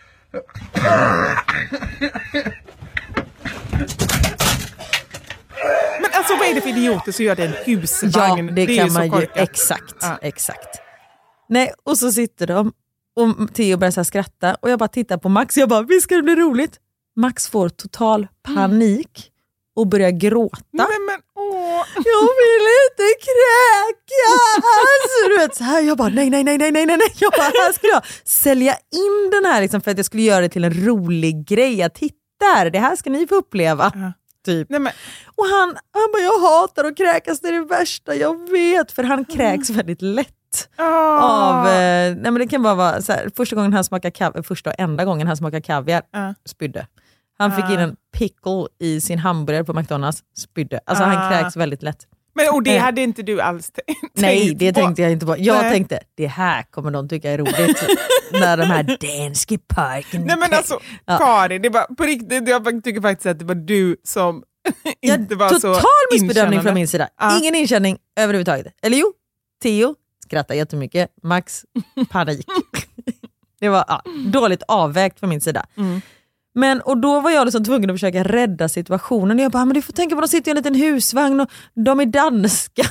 Men alltså, vad är det för idioter som gör det en husvagn? Ja, det, det kan man ju. Exakt, ja. exakt. Nej, och så sitter de och Theo börjar så här skratta och jag bara tittar på Max. Jag bara, visst ska det bli roligt? Max får total panik och börjar gråta. Nej, men, jag vill inte kräkas. Du vet, så här, jag bara nej, nej, nej, nej, nej, nej. Jag bara, här skulle jag sälja in den här liksom, för att jag skulle göra det till en rolig grej. Jag tittar, det här ska ni få uppleva. Uh-huh. Typ. Nej, men... Och han, han bara, jag hatar att kräkas, det är det värsta jag vet. För han kräks väldigt lätt. Oh. Av, eh, nej men det kan bara vara så här, första gången han smakar kaviar, första och enda gången han smakar kaviar, uh. spydde. Han fick uh. in en pickle i sin hamburgare på McDonald's, spydde. Alltså uh. han kräks väldigt lätt. Men och det hade inte du alls tänkt? Nej, det tänkte jag inte på. Jag Nej. tänkte, det här kommer de tycka är roligt. När de här danske parken. Nej men alltså, ja. Karin, det var på riktigt, jag tycker faktiskt att det var du som inte var total så total missbedömning från min sida. Ja. Ingen inkänning överhuvudtaget. Eller jo, Theo skrattar jättemycket. Max, panik. Det var ja, dåligt avvägt från min sida. Mm. Men, och då var jag liksom tvungen att försöka rädda situationen. Jag bara, men du får tänka på att de sitter i en liten husvagn och de är danska.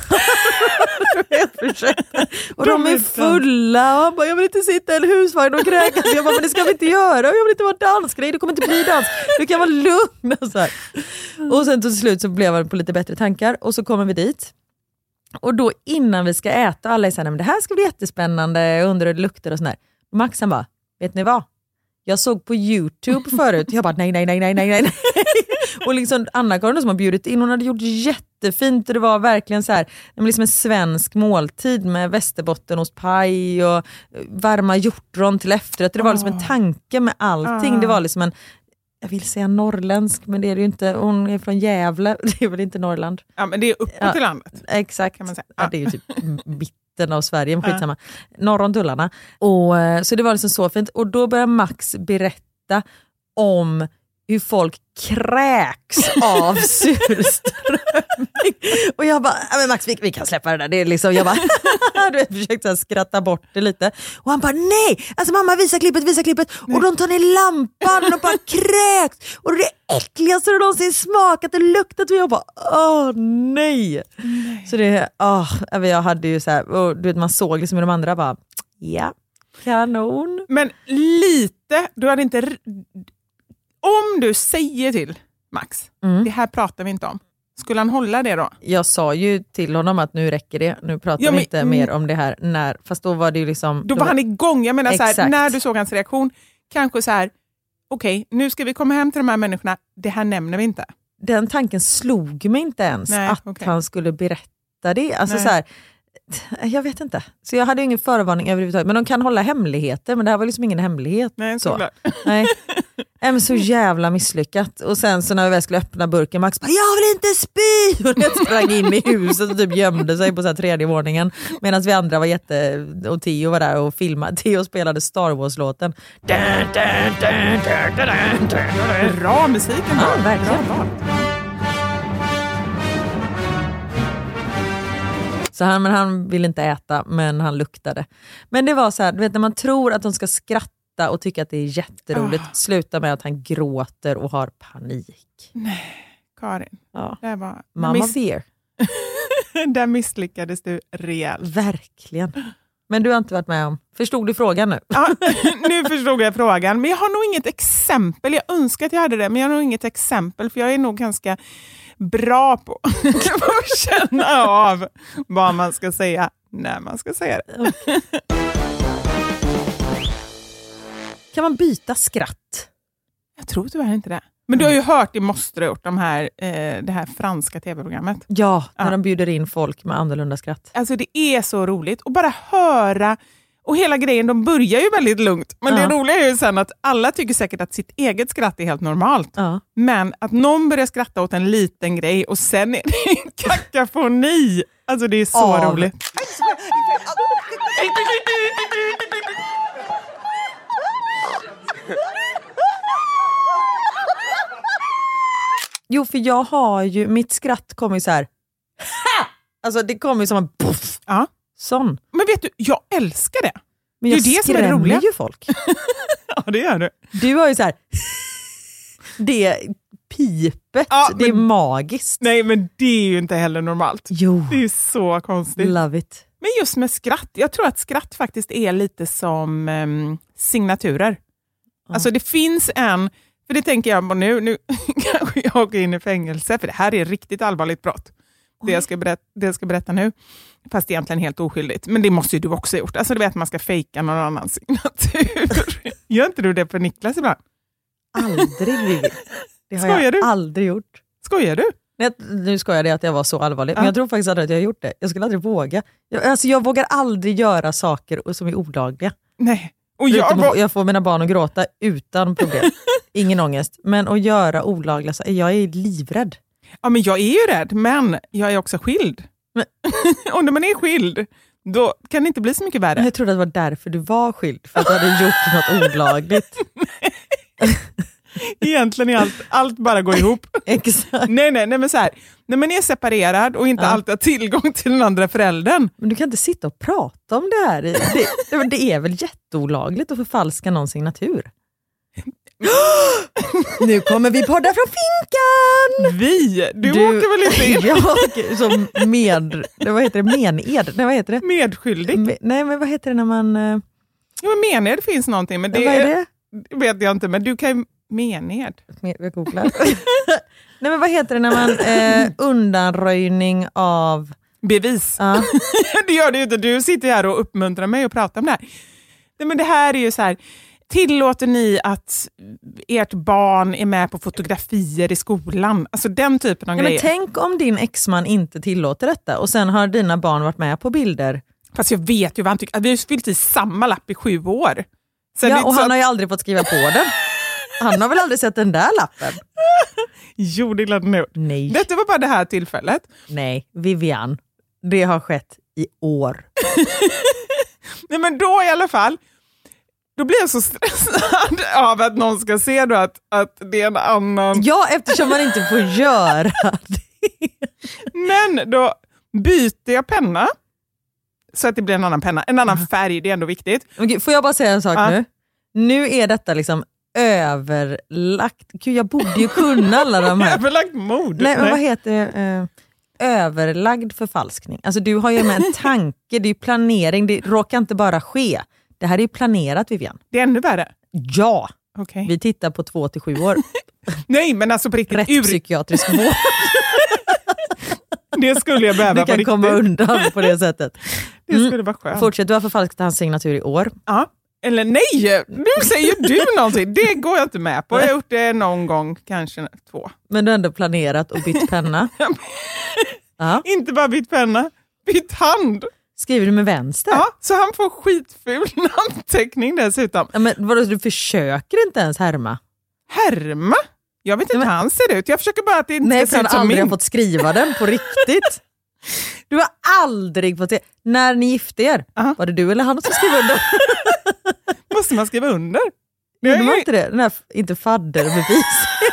och de, de är fulla. Och han bara, jag vill inte sitta i en husvagn och kräkas. Jag bara, men det ska vi inte göra. Jag vill inte vara dansk. Nej, du kommer inte bli dansk. Du kan vara lugn. Och, så här. Och sen till slut så blev jag på lite bättre tankar. Och så kommer vi dit. Och då innan vi ska äta, alla är så här, men det här ska bli jättespännande. Jag undrar hur det luktar och sådär. Och Max han bara, vet ni vad? Jag såg på YouTube förut. Jag bara nej, nej, nej, nej, nej, nej. Och liksom Anna-Karin som har bjudit in, hon hade gjort jättefint. Och det var verkligen så här, liksom en svensk måltid med västerbottenostpaj och varma hjortron till efterrätt. Det var liksom en tanke med allting. Det var liksom en, jag vill säga norrländsk, men det är det ju inte. Hon är från Gävle, det är väl inte Norrland. Ja, men det är uppåt ja, i landet. Exakt, kan man säga. Ja, det är ju typ mitten av Sverige, men skitsamma. Norr om tullarna. Och, så det var liksom så fint. Och då började Max berätta om hur folk kräks av surströmming. Och jag bara, men Max, vi, vi kan släppa det där. Det är liksom, jag bara, du vet, försökte så skratta bort det lite. Och han bara, nej, alltså mamma, visa klippet, visa klippet. Nej. Och de tar ner lampan och bara kräks. Och det är äckligaste de någonsin smakat och luktat. Och jag bara, åh nej. nej. Så det, åh, jag hade ju så här, och du vet, man såg liksom hur de andra bara, ja, kanon. Men lite, du hade inte... Om du säger till Max, mm. det här pratar vi inte om. Skulle han hålla det då? Jag sa ju till honom att nu räcker det. Nu pratar ja, vi men, inte mm. mer om det här. När, fast då var det ju liksom... Då var han igång. Jag menar så här, när du såg hans reaktion, kanske så här, okej, okay, nu ska vi komma hem till de här människorna. Det här nämner vi inte. Den tanken slog mig inte ens. Nej, att okay. han skulle berätta det. Alltså Nej. så här... Jag vet inte. Så jag hade ju ingen förvarning överhuvudtaget. Men de kan hålla hemligheter. Men det här var liksom ingen hemlighet. Nej, så. Nej. Men så jävla misslyckat. Och sen så när vi väl skulle öppna burken, Max bara, jag vill inte spy! Och jag sprang in i huset och typ gömde sig på så här tredje våningen. Medan vi andra var jätte... Och Theo var där och filmade. Theo spelade Star Wars-låten. Bra musiken. Ja, verkligen. Bra. Så han, men han ville inte äta, men han luktade. Men det var så här, du vet när man tror att de ska skratta och tycka att det är jätteroligt, oh. sluta med att han gråter och har panik. Nej, Karin. Ja. Det var... Mamma miss... fear. Där misslyckades du rejält. Verkligen. Men du har inte varit med om... Förstod du frågan nu? Ja, nu förstod jag frågan. Men jag har nog inget exempel. Jag önskar att jag hade det, men jag har nog inget exempel. För jag är nog ganska bra på att känna av vad man ska säga när man ska säga det. Okay. Kan man byta skratt? Jag tror tyvärr inte det. Men du har ju hört i Måste du gjort de här, eh, det här franska tv-programmet. Ja, när ja. de bjuder in folk med annorlunda skratt. Alltså det är så roligt. Och bara höra, och hela grejen, de börjar ju väldigt lugnt. Men ja. det roliga är ju sen att alla tycker säkert att sitt eget skratt är helt normalt. Ja. Men att någon börjar skratta åt en liten grej och sen är det en kakafoni. Alltså det är så ja. roligt. Jo, för jag har ju, mitt skratt kommer ju så här. Ha! Alltså det kommer ju som en puff. Ja. Sån. Men vet du, jag älskar det. Men jag det är det skrämmer som är det ju folk. Ja, det gör du. Du har ju så här. Det pipet, ja, det är magiskt. Nej, men det är ju inte heller normalt. Jo. Det är så konstigt. Love it. Men just med skratt, jag tror att skratt faktiskt är lite som um, signaturer. Ja. Alltså det finns en... För det tänker jag på nu, nu kanske jag åker in i fängelse, för det här är riktigt allvarligt brott. det jag, ska berätta, det jag ska berätta nu. Fast egentligen helt oskyldigt. Men det måste ju du också ha gjort. Alltså du vet att man ska fejka någon annan signatur. Gör inte du det på Niklas ibland? Aldrig, Vivi. Det har Skojar jag du? aldrig gjort. Skojar du? Nej, nu skojar det att jag var så allvarlig. Ja. Men jag tror faktiskt aldrig att jag har gjort det. Jag skulle aldrig våga. Jag, alltså jag vågar aldrig göra saker som är olagliga. Nej. Och Jag, jag, var... jag får mina barn att gråta utan problem. Ingen ångest. Men att göra olagliga saker, jag är livrädd. Ja, men jag är ju rädd, men jag är också skild. Men... Om man är skild, då kan det inte bli så mycket värre. Jag trodde att det var därför du var skild. För att du hade gjort något olagligt. Egentligen är allt, allt bara går ihop. Exakt. Nej, nej, nej, men så här. När man är separerad och inte Ja. alltid har tillgång till den andra föräldern. Men du kan inte sitta och prata om det här. Det, det, det är väl jätteolagligt att förfalska någon signatur. Nu kommer vi podda från finkan! Vi? Du, du åker väl inte in? Jag åker som med... Vad heter det? Mened? Nej, vad heter det? Medskyldig? Me, nej, men vad heter det när man... Uh, Jo, men mened finns någonting. Men det, vad är det? det vet jag inte, men du kan ju... Mened? Jag googlar. Nej, men vad heter det när man... Eh, undanröjning av... Bevis. Ja. Det gör det ju inte. Du sitter här och uppmuntrar mig att prata om det här. Nej, men det här är ju så här... Tillåter ni att ert barn är med på fotografier i skolan? Alltså den typen av Ja, grejer. men tänk om din exman inte tillåter detta och sen har dina barn varit med på bilder. Fast jag vet ju vad han tycker. Vi har ju fyllt i samma lapp i sju år. Så Ja, det, och så han att... har ju aldrig fått skriva på den. Han har väl aldrig sett den där lappen? Jo, det är klart nu. Nej. Detta var bara det här tillfället. Nej, Vivian. Det har skett i år. Nej, men då i alla fall. Då blir jag så stressad av att någon ska se då att, att det är en annan... Ja, eftersom man inte får göra det. Men då byter jag penna. Så att det blir en annan penna. En annan färg, det är ändå viktigt. Okej, får jag bara säga en sak Ja. nu? Nu är detta liksom överlagt. Gud, jag borde ju kunna alla de här. Överlagt mod. Nej, men vad heter det? Eh, överlagd förfalskning. Alltså du har ju med en tanke, det är ju planering, det råkar inte bara ske. Det här är ju planerat, Vivian. Det är ännu värre. Ja, Okej. vi tittar på två till sju år. Nej, men alltså på riktigt. Ur... Rättspsykiatrisk vård. Det skulle jag behöva Du på kan riktigt. komma undan på det sättet. Det skulle vara skönt. Fortsätt, du har förfalskat hans signatur i år. Ja. Eller nej, nu säger du någonting. Det går jag inte med på. Jag har gjort det någon gång, kanske två. Men du har ändå planerat och bytt penna. Ja. Inte bara bytt penna, bytt hand. Skriver du med vänster? Ja, så han får skitful namnteckning dessutom. Ja, men vadå, du försöker inte ens härma? Härma? Jag vet inte hur men... han ser ut. Jag försöker bara att det inte Nej, ska för se han ut som aldrig min. har fått skriva den på riktigt. Du har aldrig fått se. När ni gifte er, Aha. var det du eller han som skrev under? Måste man skriva under? Gjorde man inte det? Den här, inte fadderbevis.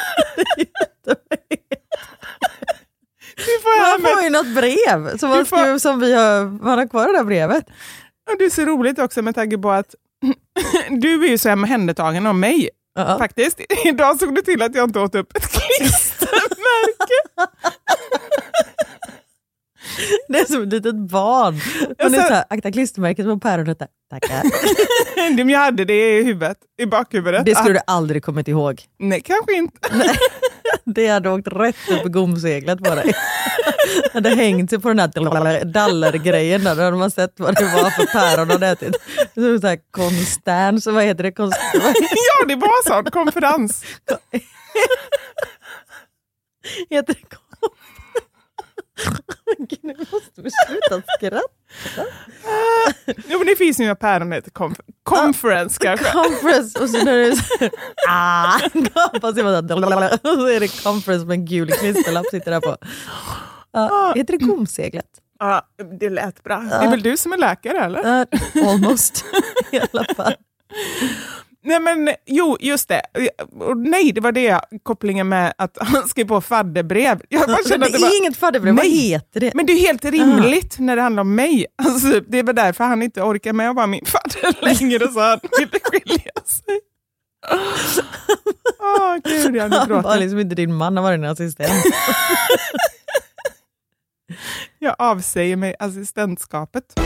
Du får Man med... får ju något brev som, man får... skrev, som vi har, man har kvar det där brevet. Och det är så roligt också med tanke på att du är ju så omhändertagen av mig. Uh-huh. Faktiskt. Idag såg du till att jag inte åt upp ett klistermärke. Det är som ett litet barn. Man är så här, akta klistermärket på päronet där. Tackar. Men jag hade det i huvudet, i bakhuvudet. Det skulle ah. du aldrig kommit ihåg. Nej, kanske inte. Nej. Det hade åkt rätt upp i gomseglet på dig. Det hade hängt sig på den här dallergrejen där. Då hade man sett vad det var för päron hade ätit. Så här konstans, vad heter det? Konst... Ja, det var så. Konferens. Heter det konst? Gud, nu måste vi sluta skratta. Jo, men det finns ju päron heter konf- conference uh, kanske. Conference, och så när det så ah, gapar sig man så, och så är det conference med en gul klisterlapp sitter där på. Uh, heter det gomseglet? Ja, uh, det lät bra. Uh, det är väl du som är läkare, eller? Uh, almost, i alla fall. Nej, men jo, just det. Och nej, det var det kopplingen med att han skrev på fadderbrev. Jag bara men det, att det var... är inget fadderbrev, vad heter det? Men det är helt rimligt uh. när det handlar om mig. Alltså, det var därför han inte orkar med att vara min fadder längre, så han ville skilja sig. Åh, oh, gud, jag hade Han var liksom inte din man, han var din assistent. Jag avsäger mig assistentskapet.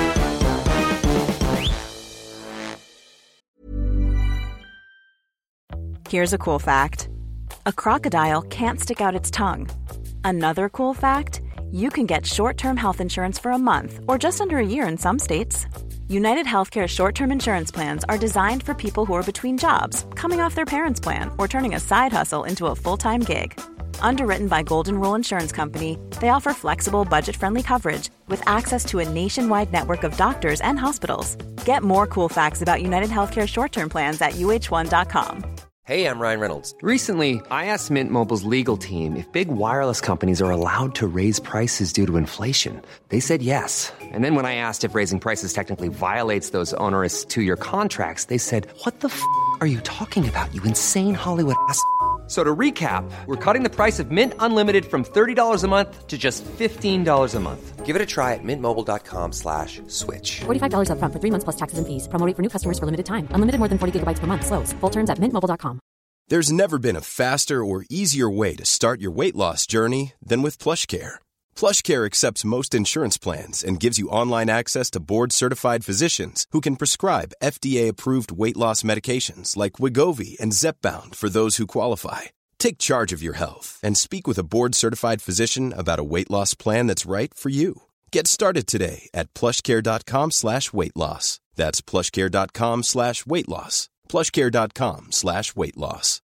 Here's a cool fact. A crocodile can't stick out its tongue. Another cool fact, you can get short-term health insurance for a month or just under a year in some states. United Healthcare short-term insurance plans are designed for people who are between jobs, coming off their parents' plan, or turning a side hustle into a full-time gig. Underwritten by Golden Rule Insurance Company, they offer flexible, budget-friendly coverage with access to a nationwide network of doctors and hospitals. Get more cool facts about United Healthcare short-term plans at U H one dot com. Hey, I'm Ryan Reynolds. Recently, I asked Mint Mobile's legal team if big wireless companies are allowed to raise prices due to inflation. They said yes. And then when I asked if raising prices technically violates those onerous two-year contracts, they said, "What the f*** are you talking about, you insane Hollywood ass?" So to recap, we're cutting the price of Mint Unlimited from thirty dollars a month to just fifteen dollars a month. Give it a try at mintmobile.com slash switch. forty-five dollars up front for three months plus taxes and fees. Promo rate for new customers for limited time. Unlimited more than forty gigabytes per month. Slows full terms at mint mobile dot com. There's never been a faster or easier way to start your weight loss journey than with PlushCare. PlushCare accepts most insurance plans and gives you online access to board-certified physicians who can prescribe F D A-approved weight loss medications like Wegovy and Zepbound for those who qualify. Take charge of your health and speak with a board-certified physician about a weight loss plan that's right for you. Get started today at plushcare.com slash weight loss. That's plushcare.com slash weight loss. plushcare.com slash weight loss.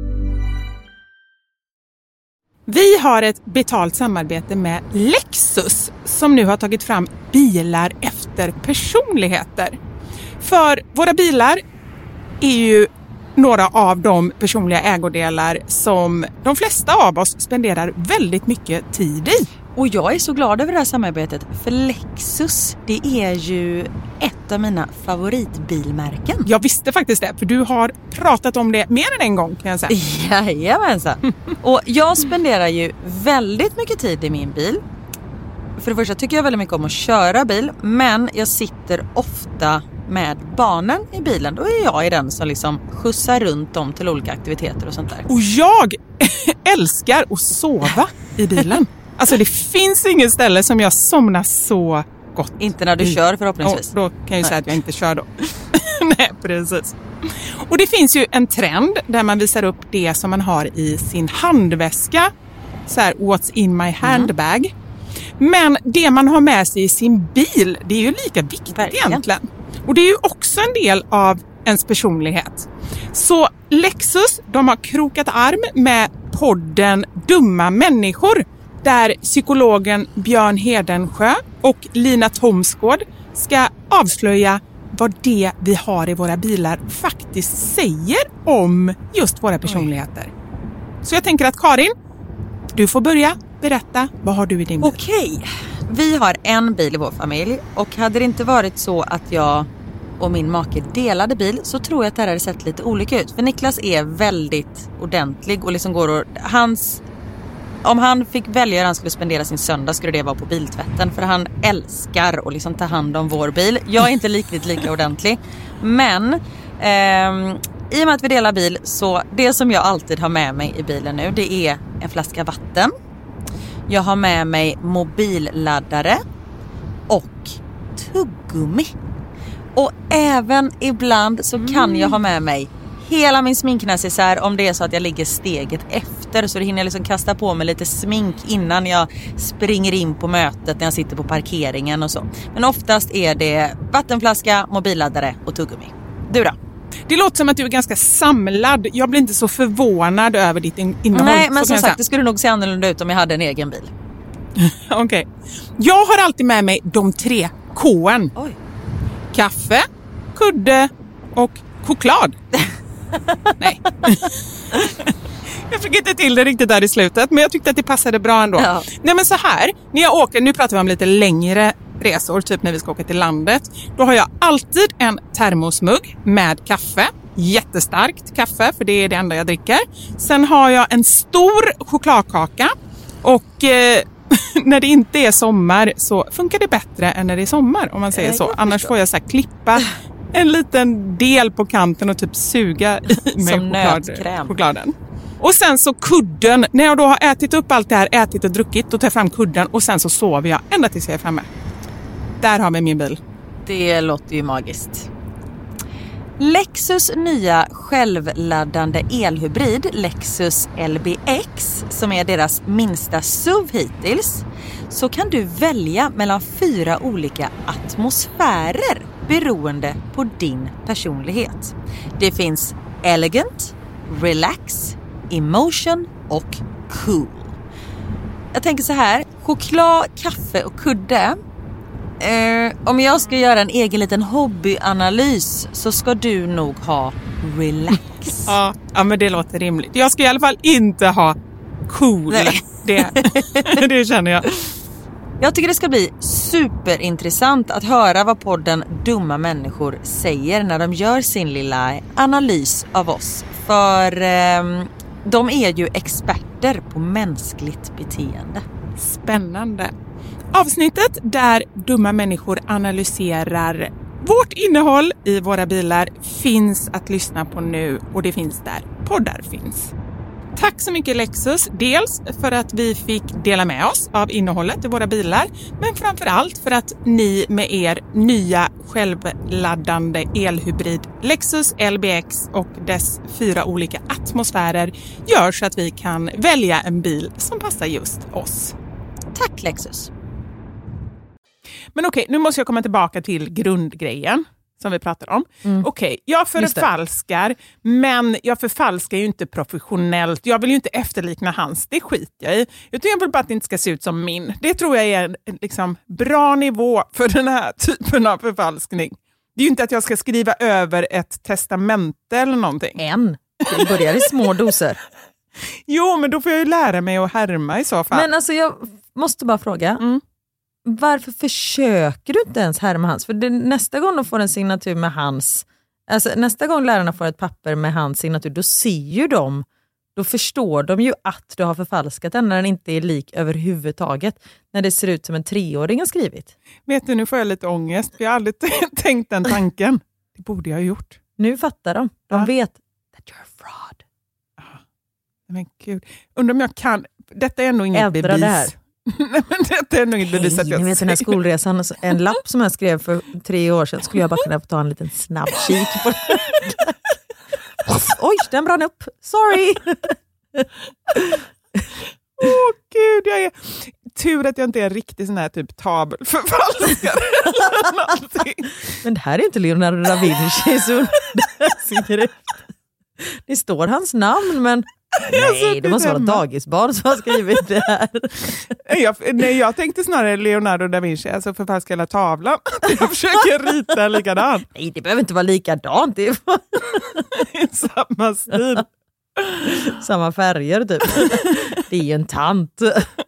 Vi har ett betalt samarbete med Lexus som nu har tagit fram bilar efter personligheter. För våra bilar är ju några av de personliga ägodelar som de flesta av oss spenderar väldigt mycket tid i. Och jag är så glad över det här samarbetet, för Lexus, det är ju ett av mina favoritbilmärken. Jag visste faktiskt det, för du har pratat om det mer än en gång, kan jag säga. Jajamensan. Och jag spenderar ju väldigt mycket tid i min bil. För det första tycker jag väldigt mycket om att köra bil, men jag sitter ofta med barnen i bilen. Då är jag i den som liksom skjutsar runt dem till olika aktiviteter och sånt där. Och jag älskar att sova i bilen. Alltså det finns ingen ställe som jag somnar så gott. Inte när du i. kör förhoppningsvis. Och då kan jag ju säga att jag inte kör då. Nej, precis. Och det finns ju en trend där man visar upp det som man har i sin handväska. Så här, what's in my handbag. Mm. Men det man har med sig i sin bil, det är ju lika viktigt Verkligen. egentligen. Och det är ju också en del av ens personlighet. Så Lexus, de har krokat arm med podden Dumma människor, där psykologen Björn Hedensjö och Lina Thomsgård ska avslöja vad det vi har i våra bilar faktiskt säger om just våra personligheter. Oj. Så jag tänker att Karin, du får börja berätta, vad har du i din bil? Okej, vi har en bil i vår familj, och hade det inte varit så att jag och min make delade bil, så tror jag att det här hade sett lite olika ut. För Niklas är väldigt ordentlig och liksom går och, hans, om han fick välja hur han skulle spendera sin söndag, skulle det vara på biltvätten. För han älskar att liksom ta hand om vår bil. Jag är inte riktigt lika ordentlig. Men eh, i och med att vi delar bil, så det som jag alltid har med mig i bilen nu, det är en flaska vatten. Jag har med mig mobilladdare och tuggummi. Och även ibland så kan mm. jag ha med mig hela min sminknäsisär, om det är så att jag ligger steget efter, så det hinner jag liksom kasta på mig lite smink innan jag springer in på mötet när jag sitter på parkeringen och så. Men oftast är det vattenflaska, mobilladdare och tuggummi. Du då? Det låter som att du är ganska samlad. Jag blir inte så förvånad över ditt innehåll. Nej, men som sagt, det skulle nog se annorlunda ut om jag hade en egen bil. Okej. Okay. Jag har alltid med mig de tre K:n. Oj. Kaffe, kudde och choklad. Nej. Jag fick inte till det riktigt där i slutet, men jag tyckte att det passade bra ändå. Ja. Nej, men så här, när jag åker, nu pratar vi om lite längre resor, typ när vi ska åka till landet, då har jag alltid en termosmugg med kaffe. Jättestarkt kaffe, för det är det enda jag dricker. Sen har jag en stor chokladkaka, och eh, när det inte är sommar så funkar det bättre än när det är sommar, om man säger så. Annars får jag så här klippa en liten del på kanten och typ suga i med choklad, chokladen. Och sen så kudden, när jag då har ätit upp allt det här, ätit och druckit, då tar jag fram kudden och sen så sover jag ända tills jag är framme. Där har vi min bil. Det låter ju magiskt. Lexus nya självladdande elhybrid Lexus L B X, som är deras minsta S U V hittills, så kan du välja mellan fyra olika atmosfärer beroende på din personlighet. Det finns elegant, relax, emotion och cool. Jag tänker så här, choklad, kaffe och kudde. Eh, om jag ska göra en egen liten hobbyanalys så ska du nog ha relax. Ja, ja, men det låter rimligt. Jag ska i alla fall inte ha cool. Det, det känner jag. Jag tycker det ska bli superintressant att höra vad podden Dumma Människor säger när de gör sin lilla analys av oss. För eh, de är ju experter på mänskligt beteende. Spännande. Avsnittet där dumma människor analyserar vårt innehåll i våra bilar finns att lyssna på nu, och det finns där poddar finns. Tack så mycket Lexus, dels för att vi fick dela med oss av innehållet i våra bilar, men framförallt för att ni med er nya självladdande elhybrid Lexus L B X och dess fyra olika atmosfärer gör så att vi kan välja en bil som passar just oss. Tack Lexus! Men okej, nu måste jag komma tillbaka till grundgrejen som vi pratade om. Mm. Okej, jag förfalskar, men jag förfalskar ju inte professionellt. Jag vill ju inte efterlikna hans, det skiter jag i. Utan jag vill bara att det inte ska se ut som min. Det tror jag är en liksom bra nivå för den här typen av förfalskning. Det är ju inte att jag ska skriva över ett testamente eller någonting. En. Det börjar i små doser. Jo, men då får jag ju lära mig att härma i så fall. Men alltså jag måste bara fråga. Mm. Varför försöker du inte ens härma hans? För det, nästa gång de får en signatur med hans, alltså nästa gång lärarna får ett papper med hans signatur, då ser ju de, då förstår de ju att du har förfalskat den när den inte är lik överhuvudtaget. När det ser ut som en treåring har skrivit. Vet du, nu får jag lite ångest. Jag har aldrig tänkt den tanken. Det borde jag ha gjort. Nu fattar de. De ja. vet that you're a fraud. Ja. Men gud. Undrar om jag kan, detta är ändå inget Äldra bevis. Det här. Nej, men det är nog inte bevis att jag ni vet den här skolresan, en lapp som jag skrev för tre år sedan, skulle jag bara kunna få ta en liten snabb kik på den. Oj, den brann upp. Sorry. Åh oh, gud, jag är tur att jag inte är en riktig sån här typ tabelförfalskare eller någonting. Men det här är inte Leonardo da Vinci, så det, det står hans namn, men nej, det måste vara dagisbarn som har skrivit det här. Jag, nej, jag tänkte snarare Leonardo da Vinci, alltså förfalska hela tavlan. Jag försöker rita likadant. Nej, det behöver inte vara likadant. Det är samma stil. Samma färger typ. Det är ju en tant.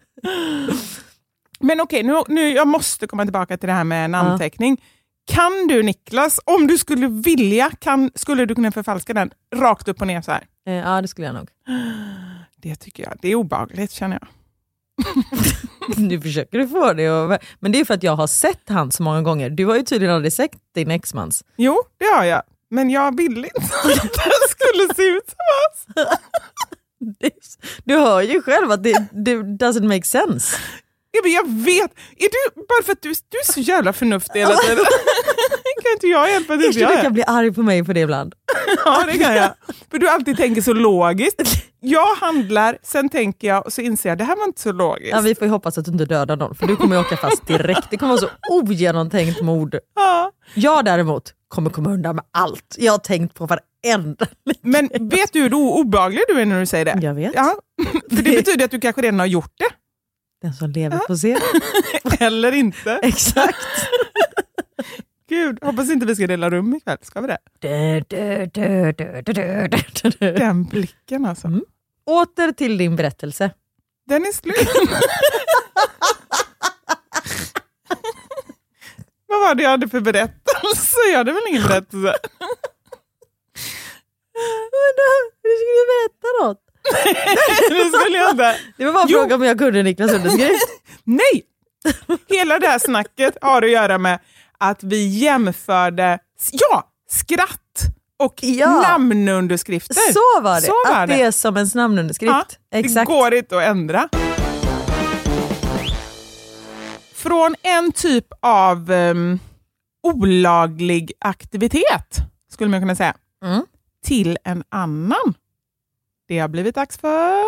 Men okej, nu, nu jag måste komma tillbaka till det här med en anteckning. Ja. Kan du, Niklas, om du skulle vilja, kan, skulle du kunna förfalska den rakt upp och ner så här? Ja, det skulle jag nog. Det tycker jag. Det är obehagligt, känner jag. Nu försöker du få det. Och, men det är för att jag har sett han så många gånger. Du har ju tydligen aldrig sett din exmans. Jo, det har jag. Men jag ville inte att det skulle se ut som oss. Du hör ju själv att det, det doesn't make sense. Ja, men jag vet. Är du, bara för att du, du är så jävla förnuftig hela tiden. Kan inte jag hjälpa dig? Du kan bli arg på mig för det ibland. Ja, det kan jag. För du alltid tänker så logiskt. Jag handlar, sen tänker jag och så inser jag, det här var inte så logiskt. Ja, vi får ju hoppas att du inte dödar någon, för du kommer ju åka fast direkt. Det kommer vara så ogenomtänkt mord. Ja. Jag däremot kommer komma undan med allt. Jag har tänkt på varenda. Men vet du hur obehaglig du är när du säger det? Jag vet. Ja. För det betyder att du kanske redan har gjort det. Den som lever på se. Eller inte. Exakt. Gud, hoppas inte vi ska dela rum ikväll. Ska vi det? Du, du, du, du, du, du, du. Den blicken alltså. Mm. Åter till din berättelse. Den är slut. Vad var det jag hade för berättelse? Jag hade väl ingen berättelse. Du skulle berätta något. Det skulle jag inte. Det var bara jo. Fråga om jag kunde Niklas underskrift. Nej! Hela det här snacket har att göra med att vi jämförde ja, skratt och ja. namnunderskrifter. Så var det. Så var att det. det är som en namnunderskrift. Ja, exakt. Det går inte att ändra. Från en typ av um, olaglig aktivitet skulle man kunna säga. Mm. Till en annan. Det har blivit dags för...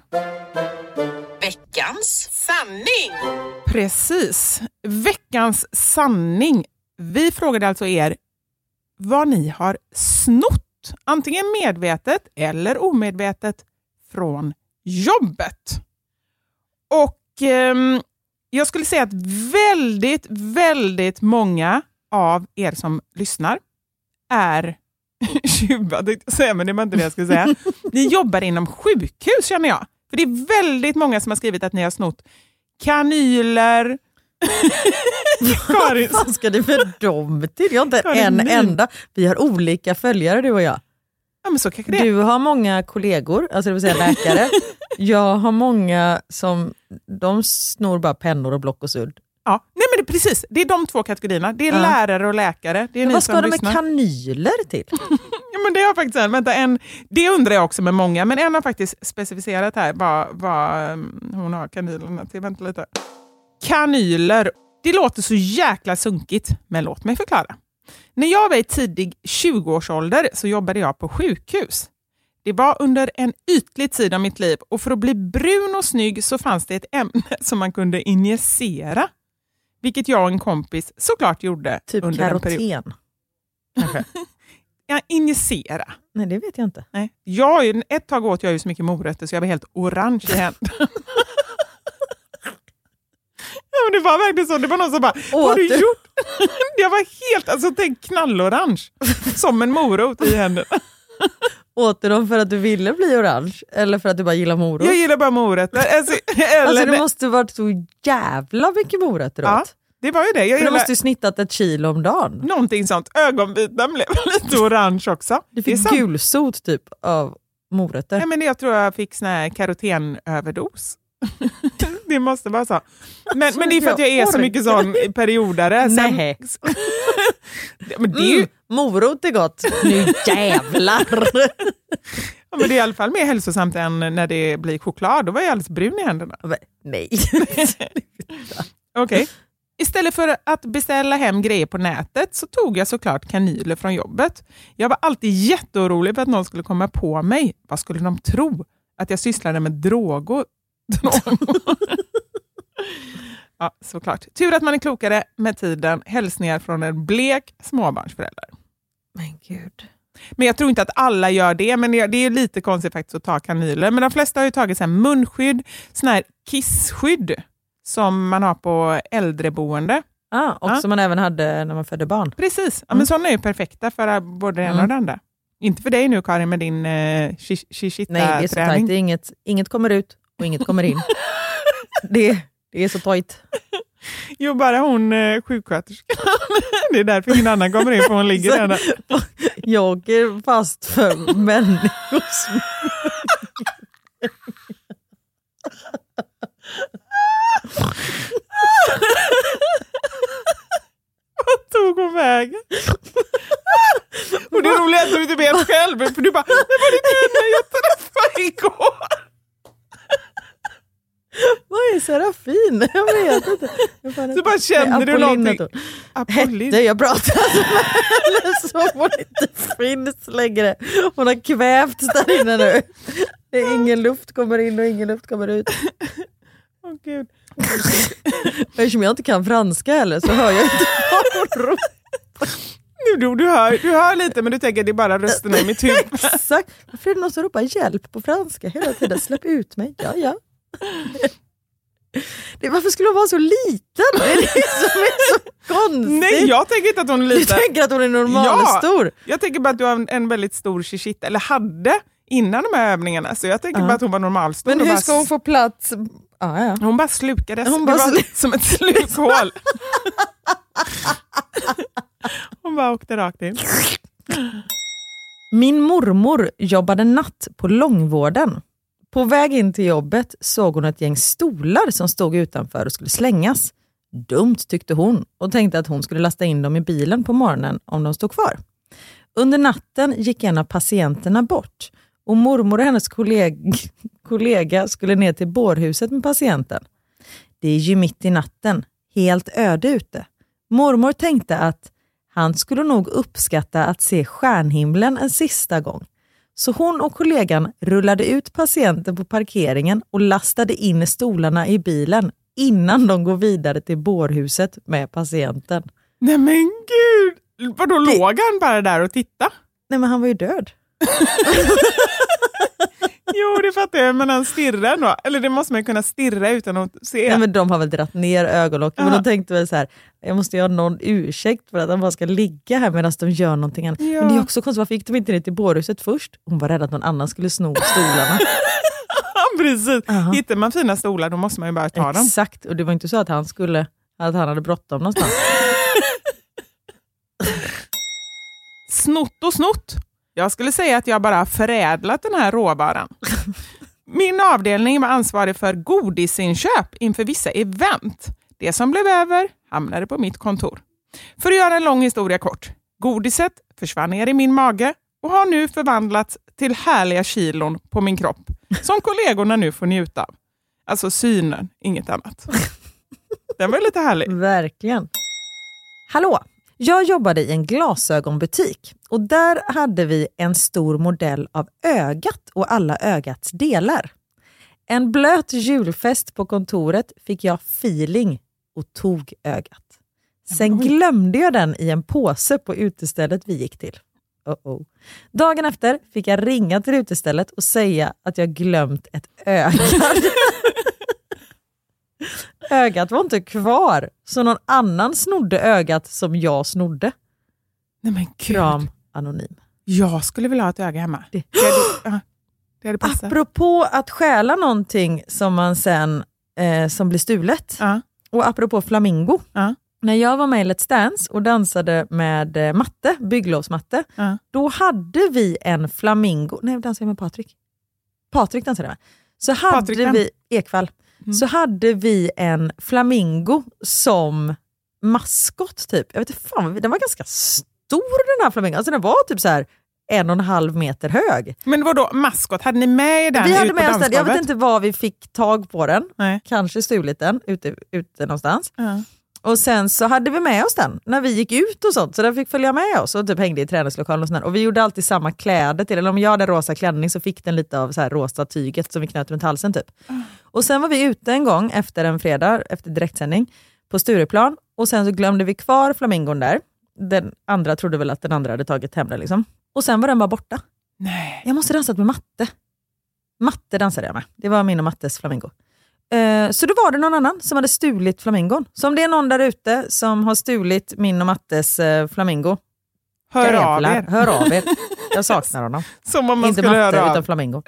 Veckans sanning. Precis. Veckans sanning. Vi frågade alltså er vad ni har snott, antingen medvetet eller omedvetet, från jobbet. Och eh, jag skulle säga att väldigt, väldigt många av er som lyssnar är tjuvar, tänkte jag säga, men det var inte det jag skulle säga. Ni jobbar inom sjukhus, känner jag. För det är väldigt många som har skrivit att ni har snott kanyler. Karin, vad ska det med dem till? Jag har inte en enda. Vi har olika följare, du och jag. Ja, men så kanske det. Du har många kollegor, alltså det vill säga läkare. Jag har många som de snor bara pennor och block och sudd. Ja, nej men det, precis. Det är de två kategorierna. Det är ja. lärare och läkare. Det är men ni vad ska som de lyssnar. med kanyler till? Ja, men det har faktiskt en, vänta, en. Det undrar jag också med många. Men en har faktiskt specificerat här vad, vad um, hon har kanylerna till. Vänta lite. Kanyler. Det låter så jäkla sunkigt, men låt mig förklara. När jag var i tidig tjugoårsålder så jobbade jag på sjukhus. Det var under en ytlig tid av mitt liv, och för att bli brun och snygg så fanns det ett ämne som man kunde injicera. Vilket jag och en kompis såklart gjorde typ under karoten. en period. Kanske. Ja, injicera. Nej, det vet jag inte. Nej. Jag, ett tag åt jag ju så mycket morötter så jag var helt orange i händerna. Ja, men det var verkligen så. Det var någon som bara, vad har du gjort? Jag var helt, alltså tänk knallorange. Som en morot i händerna. Åt du dem för att du ville bli orange? Eller för att du bara gillar morot? Jag gillar bara morötter. Alltså, eller alltså det måste varit så jävla mycket morötter åt. Ja, det var ju det. Jag gillar... Du måste ju snittat ett kilo om dagen. Någonting sånt. Ögonbiten blev lite orange också. Du fick gulsot typ av morötter. Nej, men jag tror jag fick sån här karotenöverdos. Det måste vara så. Men, men det är för att jag är så mycket sån periodare. Nej. Men det är ju... mm, morot är gott. Nu jävlar. Ja, men det är i alla fall mer hälsosamt än när det blir choklad. Då var jag alldeles brun i händerna. Nej. Okej. Okay. Istället för att beställa hem grejer på nätet så tog jag såklart kanyler från jobbet. Jag var alltid jätteorolig för att någon skulle komma på mig. Vad skulle de tro? Att jag sysslade med droger? Ja, såklart. Tur att man är klokare med tiden. Hälsningar från en blek småbarnsförälder. Men gud. Men jag tror inte att alla gör det. Men det är lite konstigt faktiskt att ta kanyler. Men de flesta har ju tagit så här munskydd. Sån här kissskydd. Som man har på äldreboende. Ah, och ja. som man även hade när man födde barn. Precis. Ja, mm. men sådana är ju perfekta för både det ena mm. och det andra. Inte för dig nu, Karin, med din uh, shishita-träning. Nej, det är så tajt. Det är inget, inget kommer ut och inget kommer in. det, det är så tajt. Jo, bara hon uh, sjuksköterskan. Det är därför ingen annan kommer in, för hon ligger där. Jag är fast för människors... Vad tog hon vägen? Och det roliga är att du inte vet själv. För du bara, det var det enda jag träffade igår. Vad är Serafin? Jag vet inte. Jag bara, du bara kände du någonting. Hette jag pratade med henne så hon inte finns längre. Hon har kvävts där inne nu. Det är ingen luft kommer in och ingen luft kommer ut. Åh oh, gud. Eftersom jag inte kan franska heller så hör jag inte vad hon ropar. Du, du, hör, du hör lite, men du tänker att det är bara rösterna i mitt huvud. Exakt. Varför är det någon som ropar hjälp på franska hela tiden? Släpp ut mig. Ja, ja. Det, varför skulle hon vara så liten? Det är det som är så konstigt. Nej, jag tänker inte att hon är liten. Du tänker att hon är normal ja, stor. Jag tänker bara att du har en, en väldigt stor shishita. Eller hade innan de här övningarna. Så jag tänker uh-huh. bara att hon var normalstor. Men hur bara... ska hon få plats? Ah, ja. Hon bara slukades. Hon bara det var slu- som ett slukhål. Hon bara åkte rakt in. Min mormor jobbade natt på långvården. På väg in till jobbet såg hon ett gäng stolar som stod utanför och skulle slängas. Dumt tyckte hon och tänkte att hon skulle lasta in dem i bilen på morgonen om de stod kvar. Under natten gick en av patienterna bort och mormor och hennes kolleg- kollega skulle ner till bårhuset med patienten. Det är ju mitt i natten, helt öde ute. Mormor tänkte att Han skulle nog uppskatta att se stjärnhimlen en sista gång. Så hon och kollegan rullade ut patienten på parkeringen och lastade in stolarna i bilen innan de går vidare till bårhuset med patienten. Nej men gud! Vadå, det... låg han bara där och titta? Nej men han var ju död. Jo, det fattar jag, men han stirrar då. Eller det måste man kunna stirra utan att se. Nej, men de har väl dratt ner ögonlocken. Men de tänkte väl så här, jag måste göra någon ursäkt för att han bara ska ligga här medan de gör någonting annat. Ja. Men det är också konstigt, varför gick de inte ner till bårhuset först? Hon var rädd att någon annan skulle sno stolarna. Precis. Uh-huh. Hittar man fina stolar, då måste man ju bara ta dem. Exakt, och det var inte så att han skulle, att han hade bråttom någonstans. Snott och snott. Jag skulle säga att jag bara har förädlat den här råvaran. Min avdelning var ansvarig för godisinköp inför vissa event. Det som blev över hamnade på mitt kontor. För att göra en lång historia kort. Godiset försvann ner i min mage och har nu förvandlats till härliga kilon på min kropp. Som kollegorna nu får njuta av. Alltså synen, inget annat. Den var lite härlig. Verkligen. Hallå! Jag jobbade i en glasögonbutik och där hade vi en stor modell av ögat och alla ögats delar. En blöt julfest på kontoret fick jag feeling och tog ögat. Sen glömde jag den i en påse på utestället vi gick till. Uh-oh. Dagen efter fick jag ringa till utestället och säga att jag glömt ett öga. Ögat var inte kvar, så någon annan snodde ögat som jag snodde. Nej men gud. Kram anonym. Jag skulle vilja ha ett öga hemma. Det, det, hade, det hade passat. Apropå att stjäla någonting som man sen eh, som blir stulet. Uh. Och apropå flamingo. Uh. När jag var med i Let's Dance och dansade med eh, matte, bygglovsmatte. Uh. Då hade vi en flamingo. Nej, jag dansade med Patrik. Patrik dansade med. Så hade Patrik, vi Ekvall. Mm. Så hade vi en flamingo som maskot typ. Jag vet inte fan, den var ganska stor den här flamingon. Alltså den var typ så här en och en halv meter hög. Men vadå maskot? Hade ni med den? Vi hade med oss den. Jag vet inte var vi fick tag på den. Nej. Kanske stulit den ute, ute någonstans. Ja. Och sen så hade vi med oss den när vi gick ut och sånt. Så den fick följa med oss och typ hängde i träningslokalen och sånt. Och vi gjorde alltid samma kläder till. Eller om jag hade rosa klänning så fick den lite av så här rosa tyget som vi knöt runt halsen typ. Mm. Och sen var vi ute en gång efter en fredag, efter direktsändning på Stureplan. Och sen så glömde vi kvar flamingon där. Den andra trodde väl att den andra hade tagit hem den liksom. Och sen var den bara borta. Nej. Jag måste dansat med matte. Matte dansade jag med. Det var min och Mattes flamingo. Uh, så då var det någon annan som hade stulit flamingon. Så om det är någon där ute som har stulit min och Mattes uh, flamingo. Hör av er. Hör av er. Jag saknar honom. Som om man Inte skulle Matte höra utan av. flamingo.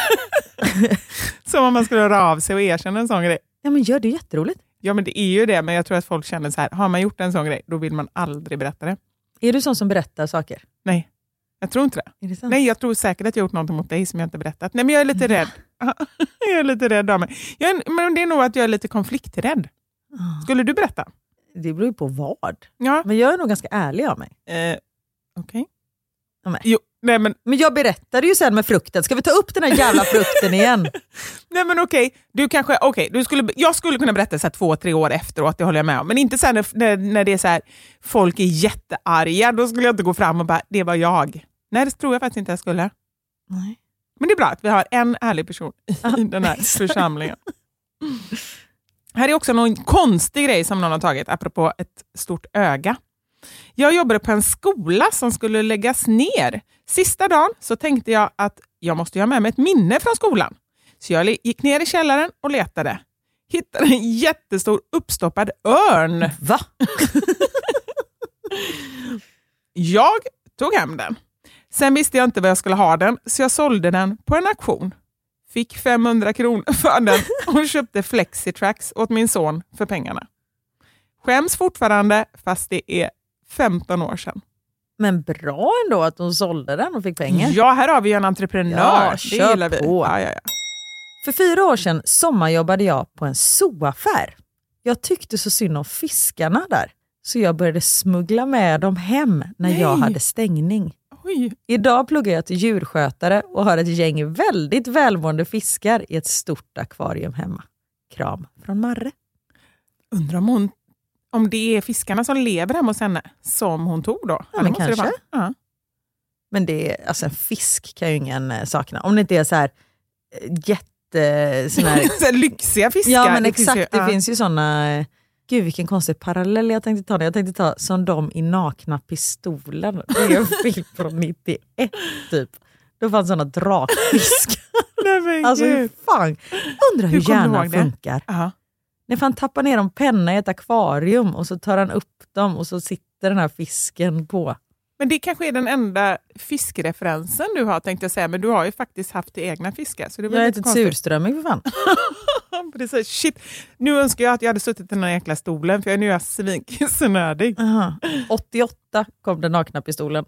Som om man skulle höra av sig och erkänna en sån grej. Ja men gör det jätteroligt. Ja men det är ju det, men jag tror att folk känner så här, har man gjort en sån grej, då vill man aldrig berätta det. Är du sån som berättar saker? Nej, jag tror inte det. Är det sant? Nej, jag tror säkert att jag gjort något mot dig som jag inte berättat. Nej men jag är lite rädd. Jag är lite rädd av mig. Jag är, men det är nog att jag är lite konflikträdd. Skulle du berätta? Det beror ju på vad. Ja. Men jag är nog ganska ärlig av mig. Eh, Okej. Okay. Jo, nej men... men jag berättade ju sen med frukten. Ska vi ta upp den här jävla frukten igen? Nej men okej, okay. Du kanske, okej, okay. du skulle, jag skulle kunna berätta så här två, tre år efteråt, det håller jag med om. Men inte så här när, när det är så här, folk är jättearga, då skulle jag inte gå fram och bara, det var jag. Nej, det tror jag faktiskt inte jag skulle. Nej. Men det är bra att vi har en ärlig person i den här församlingen. Här är också någon konstig grej som någon har tagit, apropå ett stort öga. Jag jobbade på en skola som skulle läggas ner. Sista dagen så tänkte jag att jag måste ha med mig ett minne från skolan. Så jag gick ner i källaren och letade. Hittade en jättestor uppstoppad örn. Va? Jag tog hem den. Sen visste jag inte vad jag skulle ha den, så jag sålde den på en auktion. Fick femhundra kronor för den och köpte Flexitrax åt min son för pengarna. Skäms fortfarande, fast det är femton år sedan. Men bra ändå att hon sålde den och fick pengar. Ja, här har vi en entreprenör. Ja, det gillar vi. På. Ja, ja, ja. För fyra år sedan sommarjobbade jag på en zooaffär. Jag tyckte så synd om fiskarna där. Så jag började smuggla med dem hem när Nej. jag hade stängning. Oj. Idag pluggar jag till djurskötare och har ett gäng väldigt välmående fiskar i ett stort akvarium hemma. Kram från Marre. Undrar om hon Om det är fiskarna som lever hemma hos henne som hon tog då? Ja, men kanske. Det ja. Men det är, alltså en fisk kan ju ingen eh, sakna. Om det inte är så här eh, jätte... Sån här... så här lyxiga fiskar. Ja, men det exakt. Finns ju, det ja. finns ju såna... Eh, gud, vilken konstig parallell jag tänkte ta. Jag tänkte ta som de i Nakna pistolen. Det är en film från nittioett typ. Då fanns såna drakfiskar. Nej, men alltså Gud. hur fan... Undrar hur, hur hjärnan funkar. Uh-huh. När han tappar ner en penna i ett akvarium och så tar han upp dem och så sitter den här fisken på. Men det kanske är den enda fiskreferensen du har, tänkt jag säga. Men du har ju faktiskt haft det egna fiskar. Så det jag har ätit surströmming för fan. Precis, shit. Nu önskar jag att jag hade suttit i den här jäkla stolen. För jag är nu svinkissenödig. åttioåtta kom den Nakna pistolen.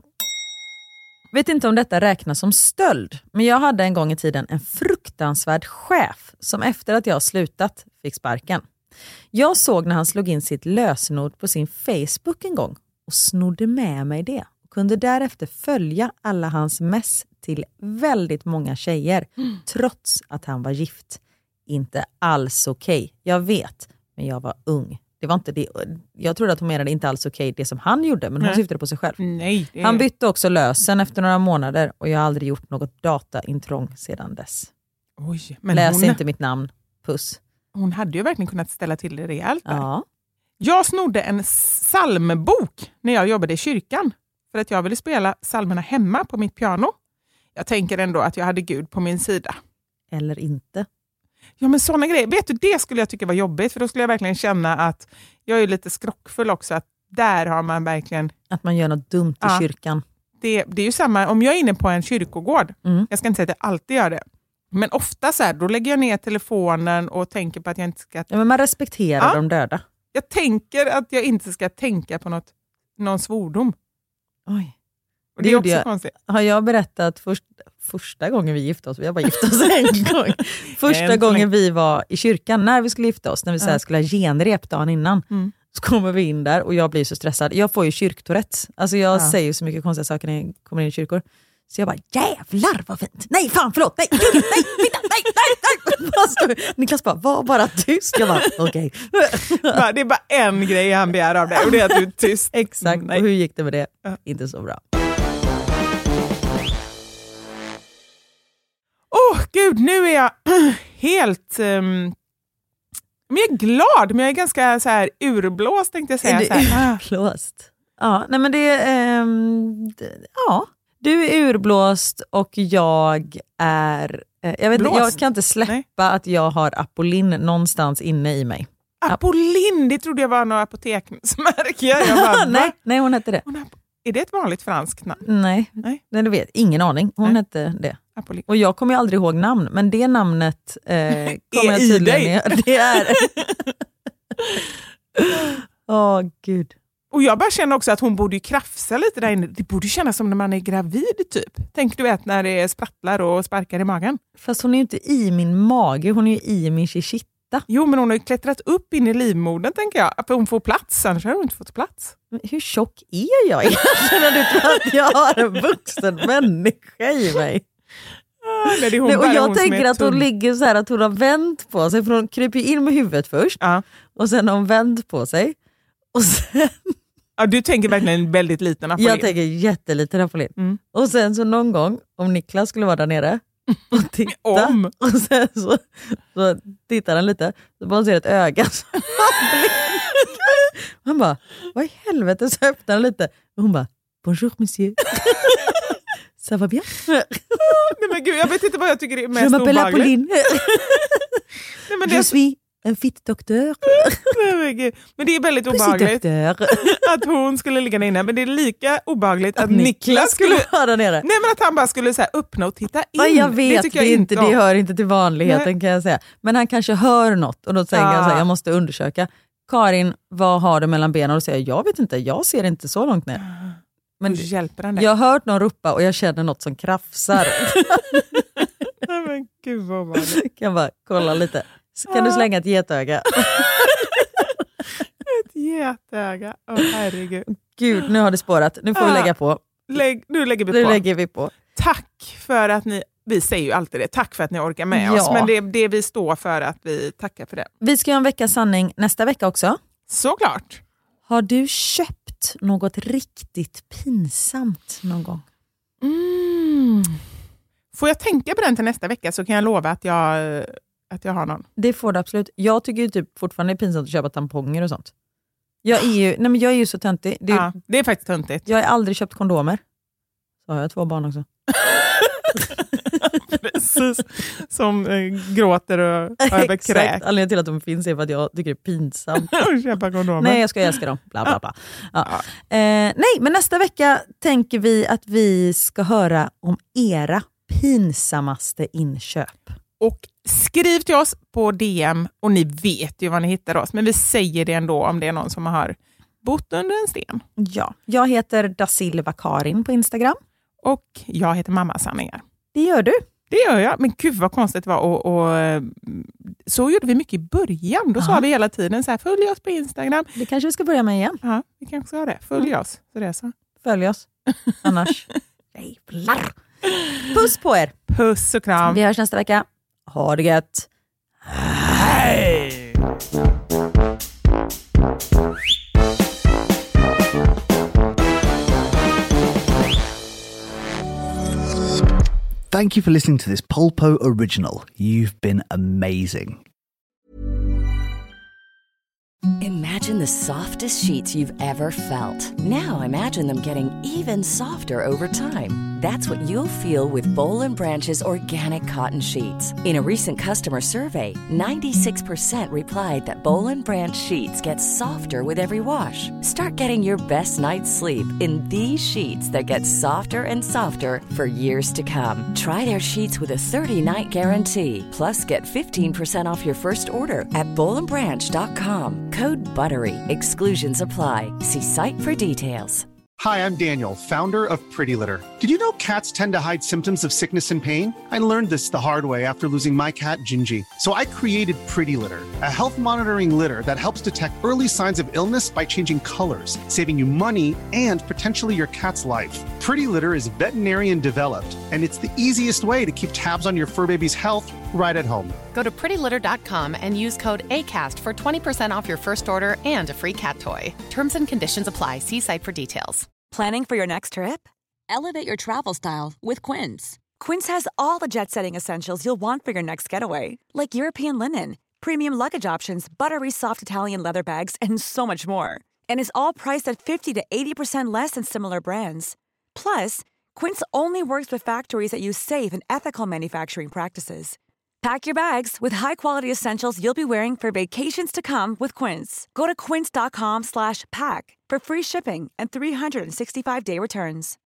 Vet inte om detta räknas som stöld. Men jag hade en gång i tiden en fruktansvärd chef. Som efter att jag slutat fick sparken. Jag såg när han slog in sitt lösenord på sin Facebook en gång. Och snodde med mig det. Och kunde därefter följa alla hans mess till väldigt många tjejer. Mm. Trots att han var gift. Inte alls okej. Okay. Jag vet. Men jag var ung. Det var inte det. Jag trodde att hon menade inte alls okej okay, det som han gjorde. Men hon Nej. syftade på sig själv. Nej, det... Han bytte också lösen efter några månader. Och jag har aldrig gjort något dataintrång sedan dess. Oj, men Läs hon... inte mitt namn. Puss. Hon hade ju verkligen kunnat ställa till det rejält där. Ja. Jag snodde en psalmbok när jag jobbade i kyrkan. För att jag ville spela psalmerna hemma på mitt piano. Jag tänker ändå att jag hade Gud på min sida. Eller inte. Ja, men sådana grejer. Vet du, det skulle jag tycka var jobbigt. För då skulle jag verkligen känna att jag är lite skrockfull också. Att där har man verkligen... Att man gör något dumt i ja, kyrkan. Det, det är ju samma om jag är inne på en kyrkogård. Mm. Jag ska inte säga att jag alltid gör det. Men ofta så här, då lägger jag ner telefonen och tänker på att jag inte ska... Ja, men man respekterar ja. de döda. Jag tänker att jag inte ska tänka på något, någon svordom. Oj. Och det, det är också jag, konstigt. Har jag berättat först, första gången vi gifte oss? Vi har bara gift oss en gång. Första gången vi var i kyrkan, när vi skulle gifta oss, när vi så här, skulle ha genrep dagen innan. Mm. Så kommer vi in där och jag blir så stressad. Jag får ju kyrktourette. Alltså jag ja. säger så mycket konstiga saker när jag kommer in i kyrkor. Så jag bara, jävlar vad fint. Nej, fan, förlåt. Nej, nej, nej, nej, nej, nej. Niklas bara, var bara tyst. Jag bara, okej. Okay. Det är bara en grej han begär av dig och det är att du är tyst. Exakt, och hur gick det med det? Ja. Inte så bra. Åh, oh, gud, nu är jag helt... Um, men jag är glad, men jag är ganska så här urblåst, tänkte jag säga. Är du urblåst? Ja, nej men det... Um, det ja... Du är urblåst och jag är... Eh, jag, vet, jag kan inte släppa Nej. att jag har Apollin någonstans inne i mig. Apollin, det trodde jag var något apoteksmärke. Jag bara, nej, nej, hon hette det. Hon har, är det ett vanligt franskt namn? Nej, nej. nej du vet. Ingen aning. Hon Nej. hette det. Apollin. Och jag kommer aldrig ihåg namn, men det namnet eh, kommer jag tydligen ner. Det är... Åh, oh, gud. Och jag bara känner också att hon borde ju krafsa lite där inne. Det borde kännas som när man är gravid typ. Tänk du vet när det sprattlar och sparkar i magen. Fast hon är ju inte i min mage, hon är ju i min chichitta. Jo, men hon har ju klättrat upp in i livmodern tänker jag. För hon får plats, annars har hon inte fått plats. Men hur tjock är jag egentligen när du tror att jag har en vuxen människa i mig? Ah, nej, det är hon, nej, och jag hon tänker att hon ligger så här att hon har vänt på sig. För hon kryper in med huvudet först. Ja. Och sen har hon vänt på sig. Och sen... Ja, du tänker verkligen en väldigt liten Apollin. Jag tänker jätteliten Apollin. Mm. Och sen så någon gång, om Niklas skulle vara där nere och titta, om. och sen så, så tittar han lite, så bara ser ett öga. Han bara, vad i helvete? Så öppnar han lite. Och hon bara, bonjour monsieur. Ça va bien? Nej men gud, jag vet inte vad jag tycker är mest obehagligt. Je m'appelle obehagligt. Apollin. Nej, men Je det... suis en fit doktor. Men det är väldigt obehagligt att hon skulle ligga där inne. Men det är lika obehagligt att, att Niklas skulle vara där nere. Nej, men att han bara skulle så här öppna och titta in. Ja, jag vet, det, det, jag inte, det hör inte till vanligheten. Nej. Kan jag säga. Men han kanske hör något och då tänker ja. jag så här, jag måste undersöka. Karin, vad har du mellan benen? Och då säger jag, jag vet inte, jag ser inte så långt ner. Men hjälper han det? Jag har hört någon ropa och jag känner något som krafsar. Nej, men gud vad var det? Kan jag bara kolla lite. Så kan ah. du slänga ett getöga. Ett getöga. Åh oh, herregud. Gud, nu har det spårat. Nu får ah. vi lägga på. Lägg, nu lägger vi nu på. Lägger vi på. Tack för att ni, vi säger ju alltid det, tack för att ni orkar med ja. oss. Men det, det vi står för att vi tackar för det. Vi ska göra en veckas sanning nästa vecka också. Såklart. Har du köpt något riktigt pinsamt någon gång? Mm. Får jag tänka på den till nästa vecka så kan jag lova att jag, att jag har någon. Det får du absolut. Jag tycker ju typ fortfarande det är pinsamt att köpa tamponger och sånt. Jag är ju, nej men jag är ju så töntig. Det är, ja, det är faktiskt töntigt. Jag har aldrig köpt kondomer. Så har jag två barn också. Precis. Som eh, gråter och över kräk. Anledningen till att de finns är för att jag tycker det är pinsamt. att köpa kondomer. Nej, jag ska älska dem. Bla, bla, bla. Ja. Ja. Eh, nej, men nästa vecka tänker vi att vi ska höra om era pinsammaste inköp. Och skriv till oss på D M och ni vet ju var ni hittar oss. Men vi säger det ändå om det är någon som har bott under en sten. Ja, jag heter Da Silva Karin på Instagram. Och jag heter Mamma Sanningar. Det gör du. Det gör jag. Men gud vad konstigt det var. Och, och, så gjorde vi mycket i början. Då Aha. sa vi hela tiden så här, följ oss på Instagram. Det kanske vi ska börja med igen. Ja, vi kanske ska ha det. Följ mm. oss. Så det är så. Följ oss. Annars. Jävlar. Puss på er. Puss och kram. Vi hörs nästa vecka. Ha det gött. Hej! Thank you for listening to this Polpo original. You've been amazing. Imagine the softest sheets you've ever felt. Now imagine them getting even softer over time. That's what you'll feel with Boll and Branch's organic cotton sheets. In a recent customer survey, ninety-six percent replied that Boll and Branch sheets get softer with every wash. Start getting your best night's sleep in these sheets that get softer and softer for years to come. Try their sheets with a thirty-night guarantee. Plus, get fifteen percent off your first order at boll and branch dot com. Code BUTTERY. Exclusions apply. See site for details. Hi, I'm Daniel, founder of Pretty Litter. Did you know cats tend to hide symptoms of sickness and pain? I learned this the hard way after losing my cat, Gingy. So I created Pretty Litter, a health monitoring litter that helps detect early signs of illness by changing colors, saving you money and potentially your cat's life. Pretty Litter is veterinarian developed, and it's the easiest way to keep tabs on your fur baby's health right at home. Go to pretty litter dot com and use code ACAST for twenty percent off your first order and a free cat toy. Terms and conditions apply. See site for details. Planning for your next trip? Elevate your travel style with Quince. Quince has all the jet-setting essentials you'll want for your next getaway, like European linen, premium luggage options, buttery soft Italian leather bags, and so much more. And is all priced at fifty to eighty percent less than similar brands. Plus, Quince only works with factories that use safe and ethical manufacturing practices. Pack your bags with high-quality essentials you'll be wearing for vacations to come with Quince. Go to quince dot com slash pack for free shipping and three sixty-five day returns.